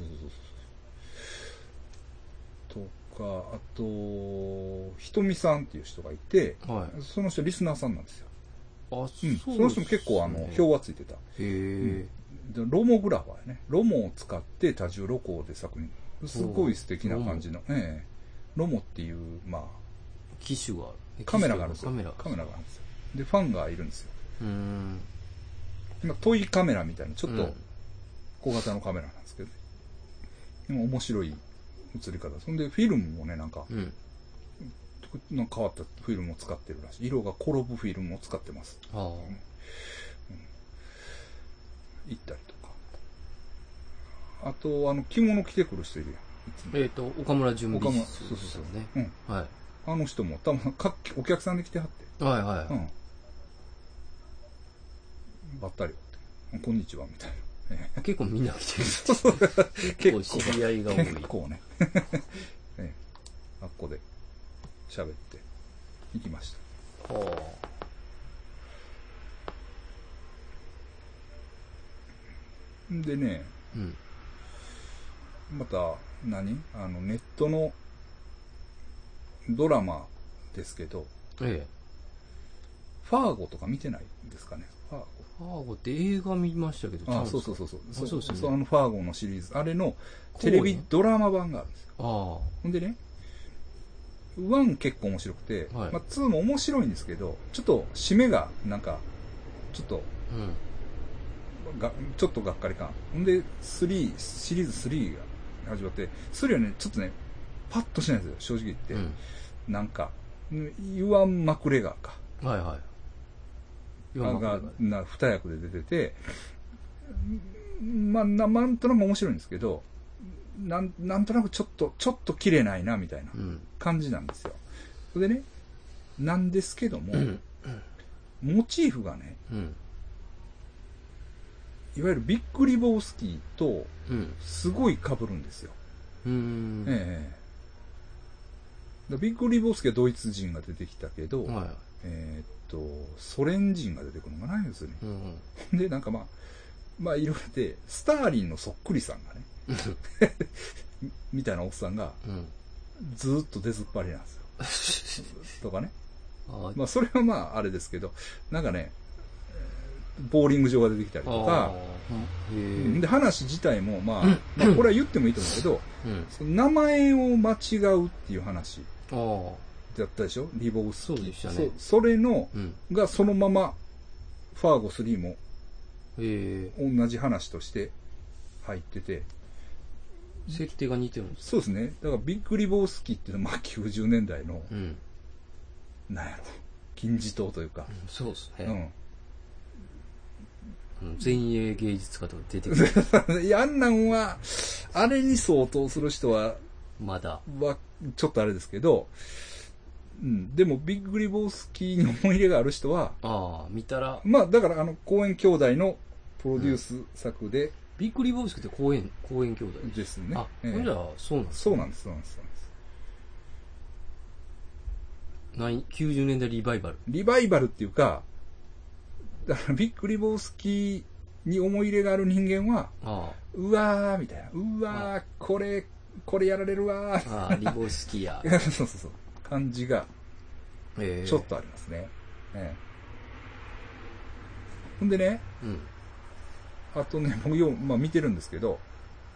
とか、あと、ひとみさんっていう人がいて、その人リスナーさんなんですよ。その人も結構表はついてた。ロモグラファーやね。ロモを使って多重露光で作品。すごい素敵な感じの。ロモっていう、まあ、 機種がカメラがあるんですよ。カメラがあるんですよ。で、ファンがいるんですよ。今、トイカメラみたいな、ちょっと小型のカメラなんですけど、でも面白い映り方。そんで、フィルムもね、なんか変わったフィルムを使ってるらしい。色が転ぶフィルムを使ってます。行ったりとか。あと、着物着てくる人いるやん。岡村純美さん。 そうね。あの人も、多分、お客さんで来てはって。ばったり会って。こんにちは、みたいな。結構みんな来てる。結構知り合いが多い。 結構ね。あっこで喋って行きました。でね、またネットのドラマですけど、ファーゴとか見てないんですかね。 ファーゴって映画見ましたけど、 そう。ファーゴのシリーズ、あれのテレビドラマ版があるんですよ。ほんでね、1結構面白くて、まあ、2も面白いんですけど、ちょっと締めがなんかちょっと、ちょっとがっかり感。ほんでシリーズ3が始まって、3はねちょっとねパッとしないんですよ、正直言って。なんかユアン・マクレガーか。が2役で出てて、まあなんとなく面白いんですけど、なんとなくちょっと綺麗ないなみたいな感じなんですよ。それでね、なんですけども、モチーフがね、いわゆるビッグ・リボウスキーとすごい被るんですよ。ビッグ・リボウスキーはドイツ人が出てきたけど、ソ連人が出てくるのかな、要するに。で、なんかまあいろいろで、スターリンのそっくりさんがね、みたいなおっさんが、ずーっと出ずっぱりなんですよ。とかね。まあそれはまああれですけど、なんかね、ボーリング場が出てきたりとか、で話自体もまあこれは言ってもいいと思うけど、その名前を間違うっていう話だったでしょ、リボウスキー。 そうでしたね。 それの、がそのままファーゴ3も同じ話として入ってて、 設定が似てるんですか？ そうですね。だからビッグ・リボウスキーっていうのはまあ90年代の、なんやろ、金字塔というか、 そうですね。前衛芸術家とか出てくる。 いや、あんなんはあれに相当する人はまだはちょっとあれですけど、でもビッグ・リボウスキーに思い入れがある人は、 見たらまあだから公園兄弟のプロデュース作で、 ビッグリボウスキって公園兄弟ですね。 あ、ほんじゃそうなんですそうなんです、そうなんです。 90年代リバイバル。 リバイバルっていうか、だからビッグリボウスキーに思い入れがある人間は、うわーみたいな、うわーこれやられるわー。 リボウスキーや。 そうそうそう。感じが、ちょっとありますね。ほんでね、あとね、僕見てるんですけど、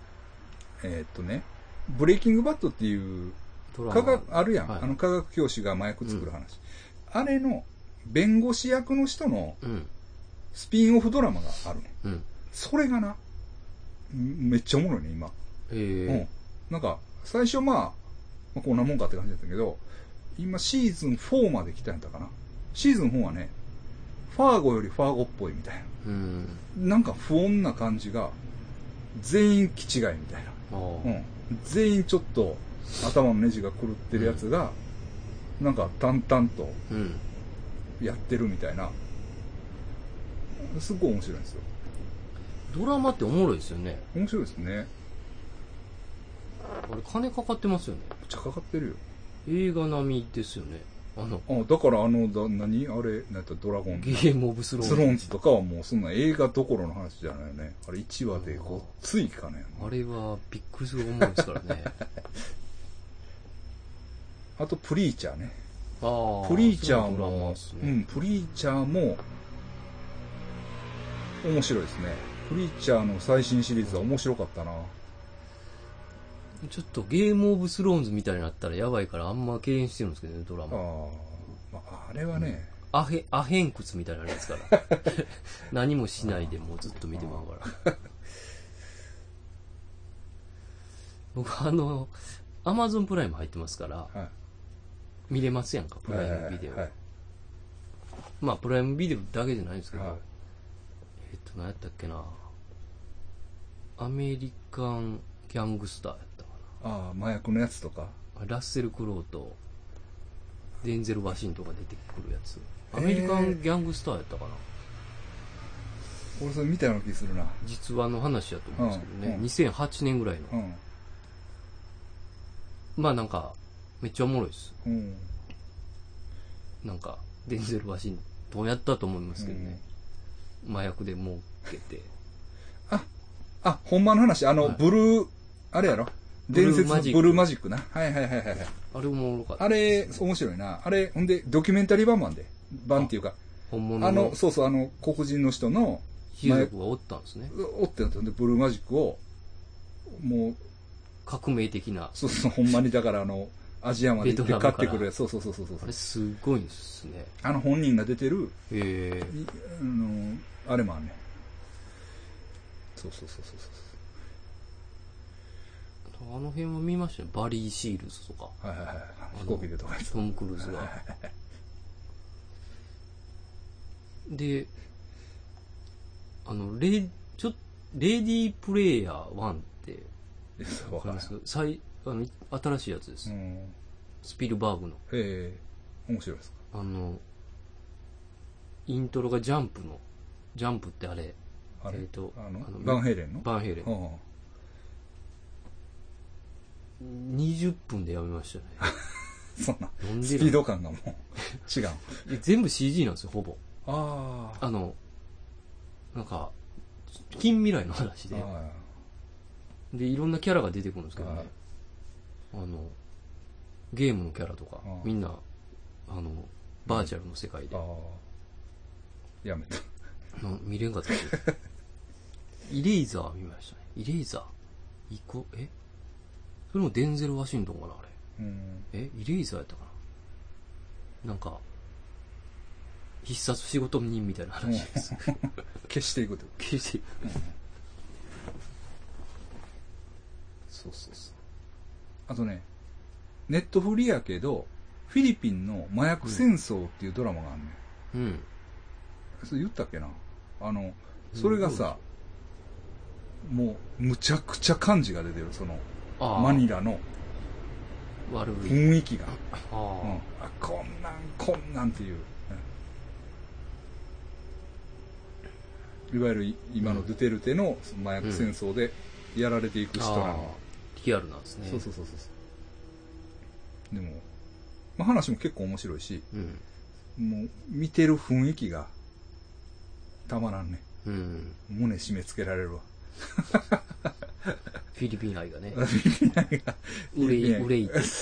ブレイキングバッドっていうあるやん、はい、科学教師が麻薬作る話、あれの弁護士役の人のスピンオフドラマがあるね、それがなめっちゃおもろいね今、なんか最初こんなもんかって感じだったけど、今シーズン4まで来たんやったかな。シーズン4はね、ファーゴよりファーゴっぽいみたいな、なんか不穏な感じが全員気違いみたいな、全員ちょっと頭のネジが狂ってるやつが、なんか淡々とやってるみたいな、すっごい面白いんですよ。 ドラマっておもろいですよね。 面白いですね。 あれ金かかってますよね。 めっちゃかかってるよ。 映画並みですよね。 だから何あれ、なんかドラゴンゲームオブスローンズとかはもうそんな映画どころの話じゃないよね。あれ1話でごっついかね。 あれはびっくりする思いですからね。 あとプリーチャーね。プリーチャーも、プリーチャーも面白いですね。プリーチャーの最新シリーズは面白かったな。 ちょっとゲームオブスローンズみたいになったらやばいからあんま敬遠してるんですけどね、ドラマ。 あれはね、 アヘン屈みたいなやつから何もしないでもうずっと見てまうから僕アマゾンプライム入ってますから、見れますやんか、プライムビデオ、プライムビデオだけじゃないんですけど、何やったっけな、アメリカンギャングスターやったかな。麻薬のやつとか、 ラッセル・クロウとデンゼル・ワシントンが出てくるやつ、アメリカンギャングスターやったかな。 俺それ見たような気するな。 実話の話やと思うんですけどね、2008年ぐらいの、なんかめっちゃおもろいです、なんかデンゼル・ワシントンやったと思いますけどね、麻薬で儲けて、 ほんまの話、ブルーあれやろ、伝説のブルーマジックな。はい。 あれおもろかった。 あれ、面白いな。あれ、ほんで、ドキュメンタリー版っていうか、 本物の。 黒人の人の、 貴族がおったんですね。 おってんで、ブルーマジックを、もう、 革命的な。 ほんまにだからアジアまで行って買ってくるやつ。そう。 あれすごいですね。 本人が出てる、あれもあんね。そう。 あの辺は見ましたね。バリー・シールズとか。 飛行機でとかトム・クルーズが。で、レディープレイヤー1って、わかりますか？新しいやつです。スピルバーグの。 面白いですか？ イントロがジャンプってあれ、 バンヘイレンの 20分でやめましたね。 そんなスピード感がもう違う。 全部 CG なんですよ、ほぼ。なんか近未来の話で、いろんなキャラが出てくるんですけどね、ゲームのキャラとかみんなバーチャルの世界でやめた。 見れんかったですよ。イレイザー見ましたね。イレイザーそれもデンゼル・ワシントンかな、あれ。イレイザーやったかな。なんか必殺仕事人みたいな話です。 消していくと。 消していく。 そう。あとね、ネットフリやけど、フィリピンの麻薬戦争っていうドラマがあるね。それ言ったっけな。それがさ、もうむちゃくちゃ感じが出てる、マニラの雰囲気が、こんなんっていう、 いわゆる今のドゥテルテの麻薬戦争でやられていく人なの。 リアルなんですね。 そうそうそうそう。でも、まあ、話も結構面白いし、もう見てる雰囲気がたまらんね。胸締め付けられるわ。 フィリピン愛がね。 フィリピン愛が。 憂いて。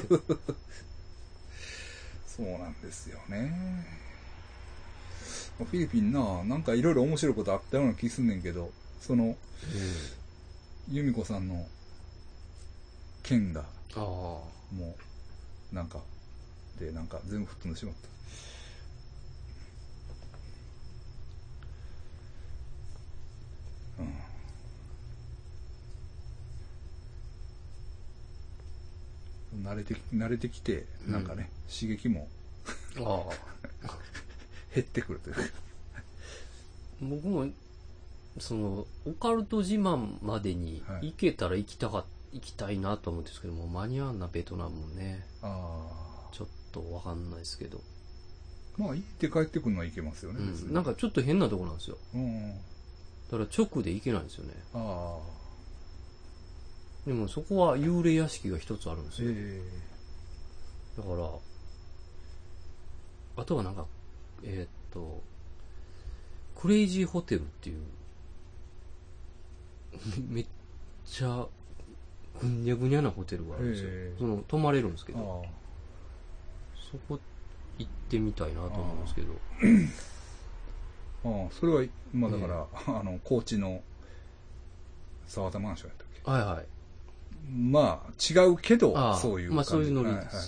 そうなんですよね。フィリピンなんかいろいろ面白いことあったような気すんねんけど、その、由美子さんの剣が、もう、なんか全部吹っ飛んでしまった。慣れてきて、なんかね、刺激も減ってくるというか。 僕も、その、オカルト自慢までに行けたら行きたいなと思うんですけども、間に合わんな、ベトナムもね。ちょっとわかんないですけど。 まあ、行って帰ってくるのは行けますよね。 なんかちょっと変なとこなんですよ。だから直で行けないんですよね。でもそこは幽霊屋敷が一つあるんですよ。だから、あとはなんか、クレイジーホテルっていう、めっちゃ、ぐにゃぐにゃなホテルがあるんですよ。その、泊まれるんですけど、そこ行ってみたいなと思うんですけど。 それは、まあだから、高知の沢田マンションやったっけ。 はいはい。 まあ、違うけど、そういう感じ。 まあそういうノリです。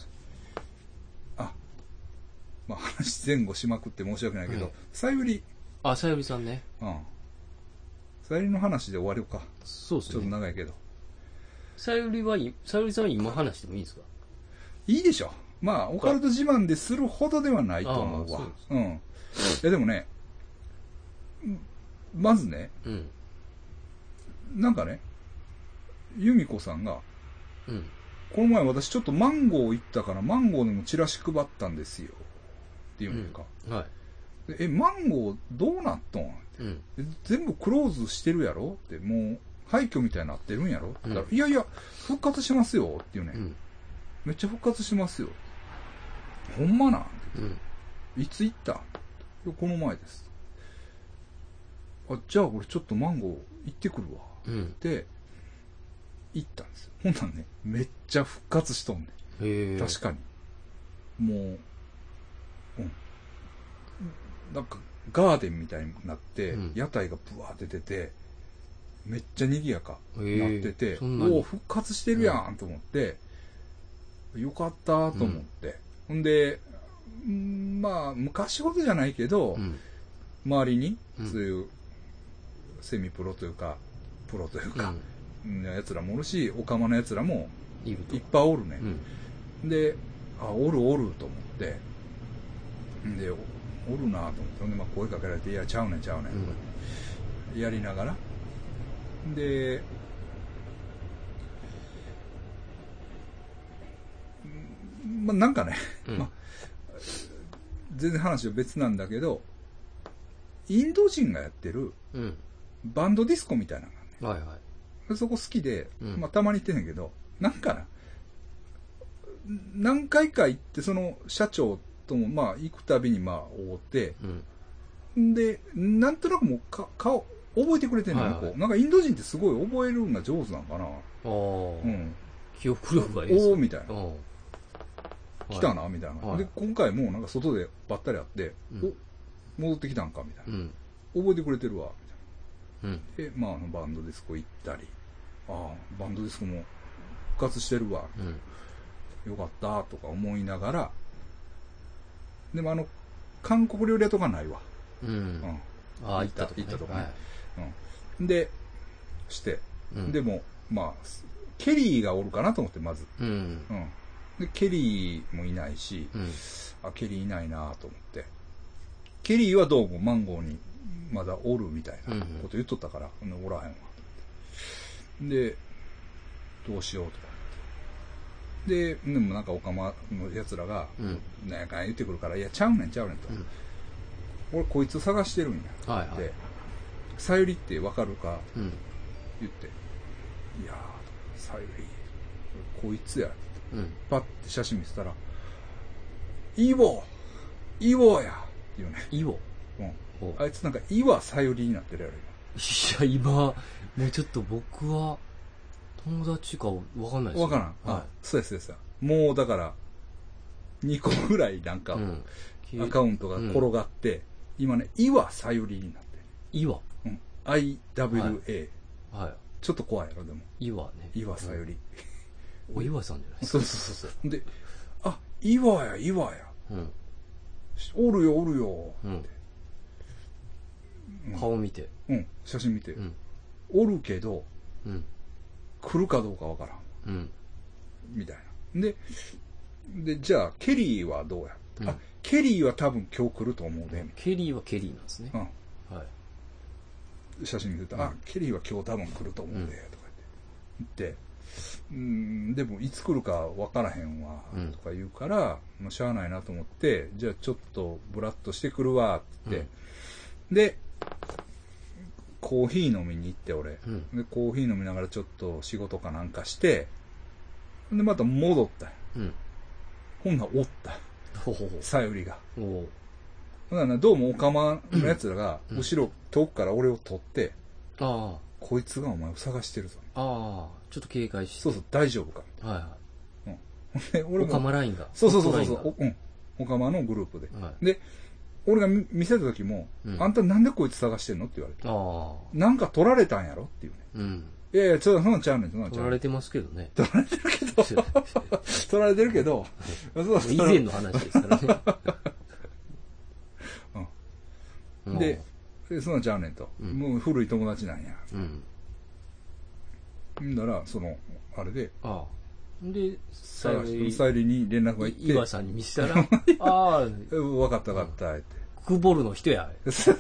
まあ話前後しまくって申し訳ないけど、さゆり。 さゆりさんね。 さゆりの話で終わりようか。 そうですね。 ちょっと長いけど。さゆりさんは今話してもいいですか？ いいでしょ。まあ、オカルト自慢でするほどではないと思うわ。いやでもね、まずね、なんかね、由美子さんが、この前私ちょっとマンゴー行ったからマンゴーでもチラシ配ったんですよって言うんか、マンゴーどうなっとん、全部クローズしてるやろって、もう廃墟みたいになってるんやろって言ったら、いやいや復活しますよって言うね、めっちゃ復活しますよ、ほんまなんって、いつ行った？この前です。じゃあ俺ちょっとマンゴー行ってくるわって行ったんですよ。ほんなんね、めっちゃ復活しとんねん。確かに。もう、なんかガーデンみたいになって、屋台がブワーって出て、めっちゃ賑やかになってて、復活してるやんと思って、よかったと思って。ほんで、まあ、昔ほどじゃないけど、周りに、そういう、セミプロというか、プロというか、やつらもおるし、オカマのやつらもいっぱいおるね。で、おると思って、で、おるなと思って、ほんで、声かけられて、いや、ちゃうねん、やりながら。で、なんかね、全然話は別なんだけど、インド人がやってる、バンドディスコみたいなのがね、そこ好きで、たまに行ってんねんけど、なんかな、何回か行って、その社長とも行くたびに会って、で、なんとなくもう顔、覚えてくれてんのよ、なんかインド人ってすごい覚えるのが上手なんかな。 記憶力がいいですよ。みたいな。来たなみたいな。で、今回もなんか外でばったり会って、戻ってきたんかみたいな。覚えてくれてるわ、みたいな。で、バンドディスコ行ったり、バンドディスコも復活してるわ、よかったとか思いながら、でも韓国料理屋とかないわ。 行ったとこね。 で、して、でも、ケリーがおるかなと思って、まず。で、ケリーもいないし、ケリーいないなと思って。ケリーはどうもマンゴーにまだおるみたいなこと言っとったから、おらへんわ。で、どうしようとか。でもなんかオカマの奴らが、なんやかんや言ってくるから、いや、ちゃうねんと。俺こいつ探してるんや。 さゆりってわかるか、 うん、 言って、いやー、さゆり、こいつや、 うん、 パッて写真見せたら、イボやっていうね。 イボ、 うん。あいつなんか岩さゆりになってるやろ、 今。いや、今、もうちょっと僕は、友達かわかんないですよ。 わからん。 はい。 そうです。もうだから、2個ぐらいなんか、アカウントが転がって、今ね、岩さゆりになってる。 岩。 うん。IWA。 はい。 ちょっと怖いやろ、でも。 岩ね。 岩さゆり。 お岩さんじゃないですか。 そう。で、あ、岩や。 うん。 おるよ。 うん。顔見て。 うん。写真見て。 うん。 おるけど、 うん。 来るかどうかわからん。 うん。 みたいな。で、じゃあ、ケリーはどうや、 うん、 あ、ケリーは多分今日来ると思うで。 ケリーはケリーなんですね。 うん。 はい。 写真見てたら、あ、ケリーは今日多分来ると思うで、とか言って。でもいつ来るか分からへんわ、とか言うから、もうしゃあないなと思って、じゃあちょっとブラッとしてくるわ、って言って。で、コーヒー飲みに行って、俺。で、コーヒー飲みながらちょっと仕事かなんかして、で、また戻ったよ。ほんならおった。さゆりが。ほんならどうもオカマのやつらが、後ろ、遠くから俺を取って、こいつがお前を探してるぞ。 ちょっと警戒して。 そう、大丈夫か。はいはい。俺も。オカマラインが。そう。オカマのグループで。で、俺が見せた時も、あんたなんでこいつ探してんのって言われて。なんか取られたんやろっていうね。いや、ちょっとそんなんちゃうねん。 取られてますけどね。 取られてるけど、 以前の話ですからね。で、そんなんちゃうねんと。もう古い友達なんや。だから、あれで、 で、 さゆりに連絡が行って、 岩さんに見せたら、わかった、って。 クボルの人や。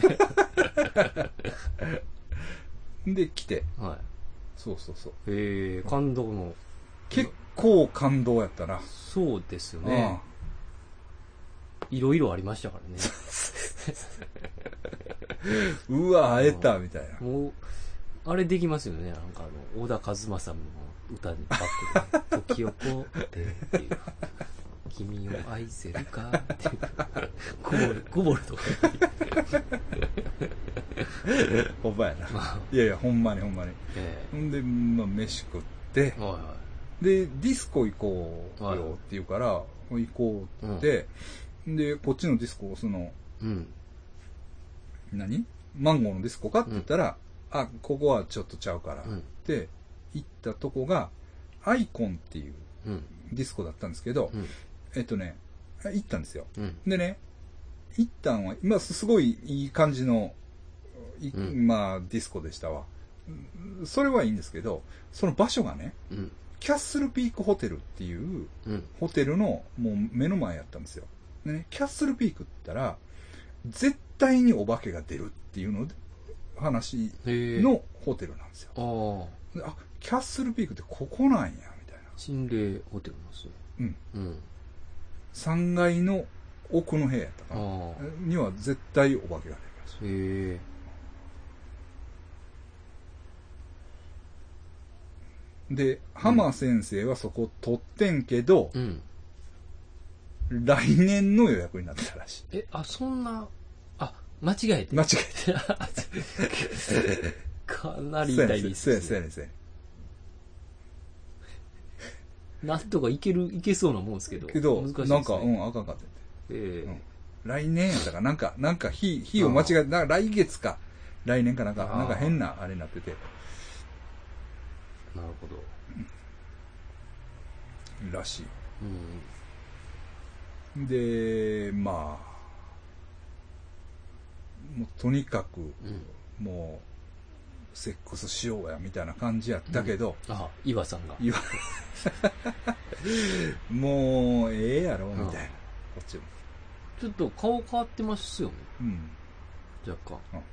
で、来て。 はい。 そう。 感動の。 結構感動やったな。 そうですよね。いろいろありましたからね。 うわ、会えた、みたいな。 もう、あれできますよね。なんか小田和正の歌にバックで、時をこうっていう。君を愛せるかっていう。こぼるとか。 ほんまやな。いや、ほんまに。ほんで、まあ、飯食って、で、ディスコ行こうよって言うから、行こうって、で、こっちのディスコ、何マンゴーのディスコかって言ったら、あ、ここはちょっとちゃうから、って行ったとこが、アイコンっていうディスコだったんですけど、行ったんですよ。でね、行ったんは、今すごいいい感じの、まあ、ディスコでしたわ。それはいいんですけど、その場所がね、キャッスルピークホテルっていうホテルのもう目の前やったんですよ。でね、キャッスルピークって言ったら、絶対にお化けが出るっていうので、話のホテルなんですよ。あ、キャッスルピークってここなんや、みたいな。 心霊ホテルなんですよ。 3階の奥の部屋やったかな。には絶対お化けが出るらしい。で、浜先生はそこ取ってんけど、来年の予約になってたらしい。 そんな、間違えて。かなり痛いですね。 そうやね。 なんとかいけそうなもんですけど。難しいですね。 なんか、あかんかった。来年やったか、なんか日を間違えて、来月か、来年かなんか変なあれになってて。 なるほど。 らしい。で、まあ、もうとにかく、もう、セックスしようや、みたいな感じやったけど。 岩さんが。 もう、ええやろ、みたいな。こっちも。 ちょっと顔変わってますよね。若干。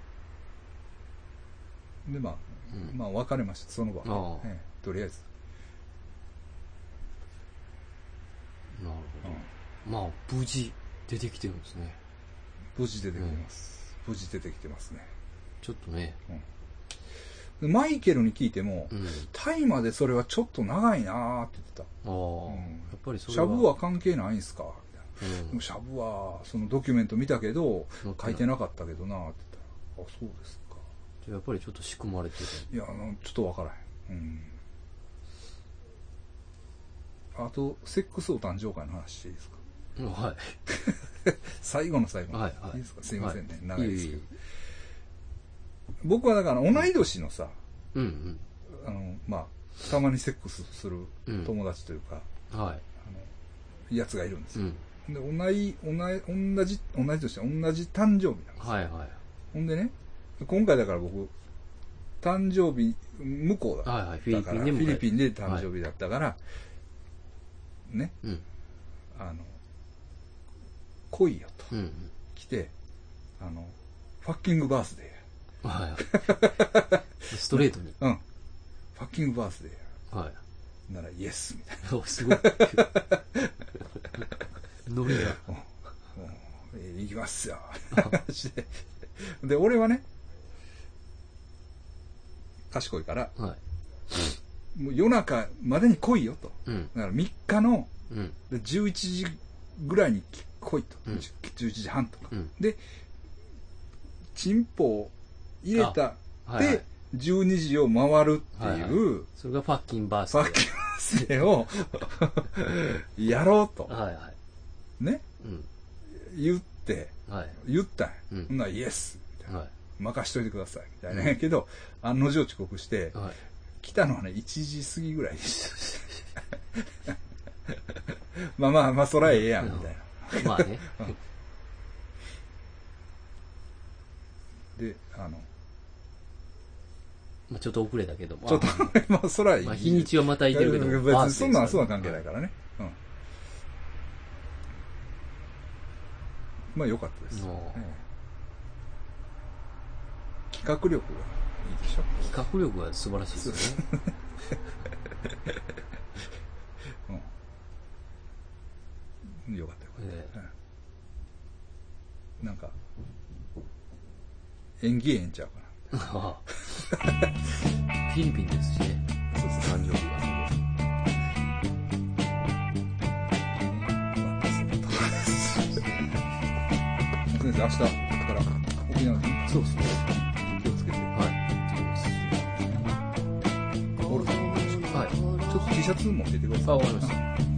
で、まあ、別れました、その場。とりあえず。 なるほど。まあ、無事出てきてるんですね。 無事出てきてます。無事出てきてますね。 ちょっとね。 マイケルに聞いても、大麻でそれはちょっと長いなーって言ってた。 やっぱりそれは。 シャブは関係ないんすかみたいな。でもシャブは、そのドキュメント見たけど、書いてなかったけどなーって言ったら、あ、そうですか。 じゃあやっぱりちょっと仕組まれてる。 いや、ちょっとわからへん。あと、セックスお誕生会の話していいですか？ はい。 最後の最後。 はいはい。 いいですか？すいませんね。長いですけど。僕はだから同い年のさ、まあ、たまにセックスする友達というか、やつがいるんですよ。で、同じ年で同じ誕生日なんですよ。ほんでね、今回だから僕、誕生日、向こうだから、フィリピンで誕生日だったから、ね、来いよと、来て、ファッキングバースデー。 ストレートに。 ファッキングバースデー。ならイエスみたいな。 すごい。ノリが。 行きますよ。で、俺はね、賢いから、もう夜中までに来いよと。だから3日の11時ぐらいに来いと。11時半とか。で、チンポを入れたで、12時を回るっていう、 それがファッキンバースデー。 ファッキンバースデーをやろうと。ね、言ったんや。ほんならイエスみたいな。任しといてくださいみたいな。けど、案の定遅刻して、来たのはね、1時過ぎぐらいでした。まあ、そらええやんみたいな。 まあね。 で、 ちょっと遅れたけど、 ちょっと、まあ、そらいい。 日にちはまたいてるけど、 別にそんな関係ないからね。まあ、良かったです。企画力がいいでしょ。 企画力が素晴らしいですよね。 よかったよ。なんか、演技ええんちゃうかな。 フィリピンですしね。そうです、誕生日が。 先生、明日から沖縄に。 そうですね。 気をつけて。ゴルフ。ちょっと T シャツ持っててください。 わかりました。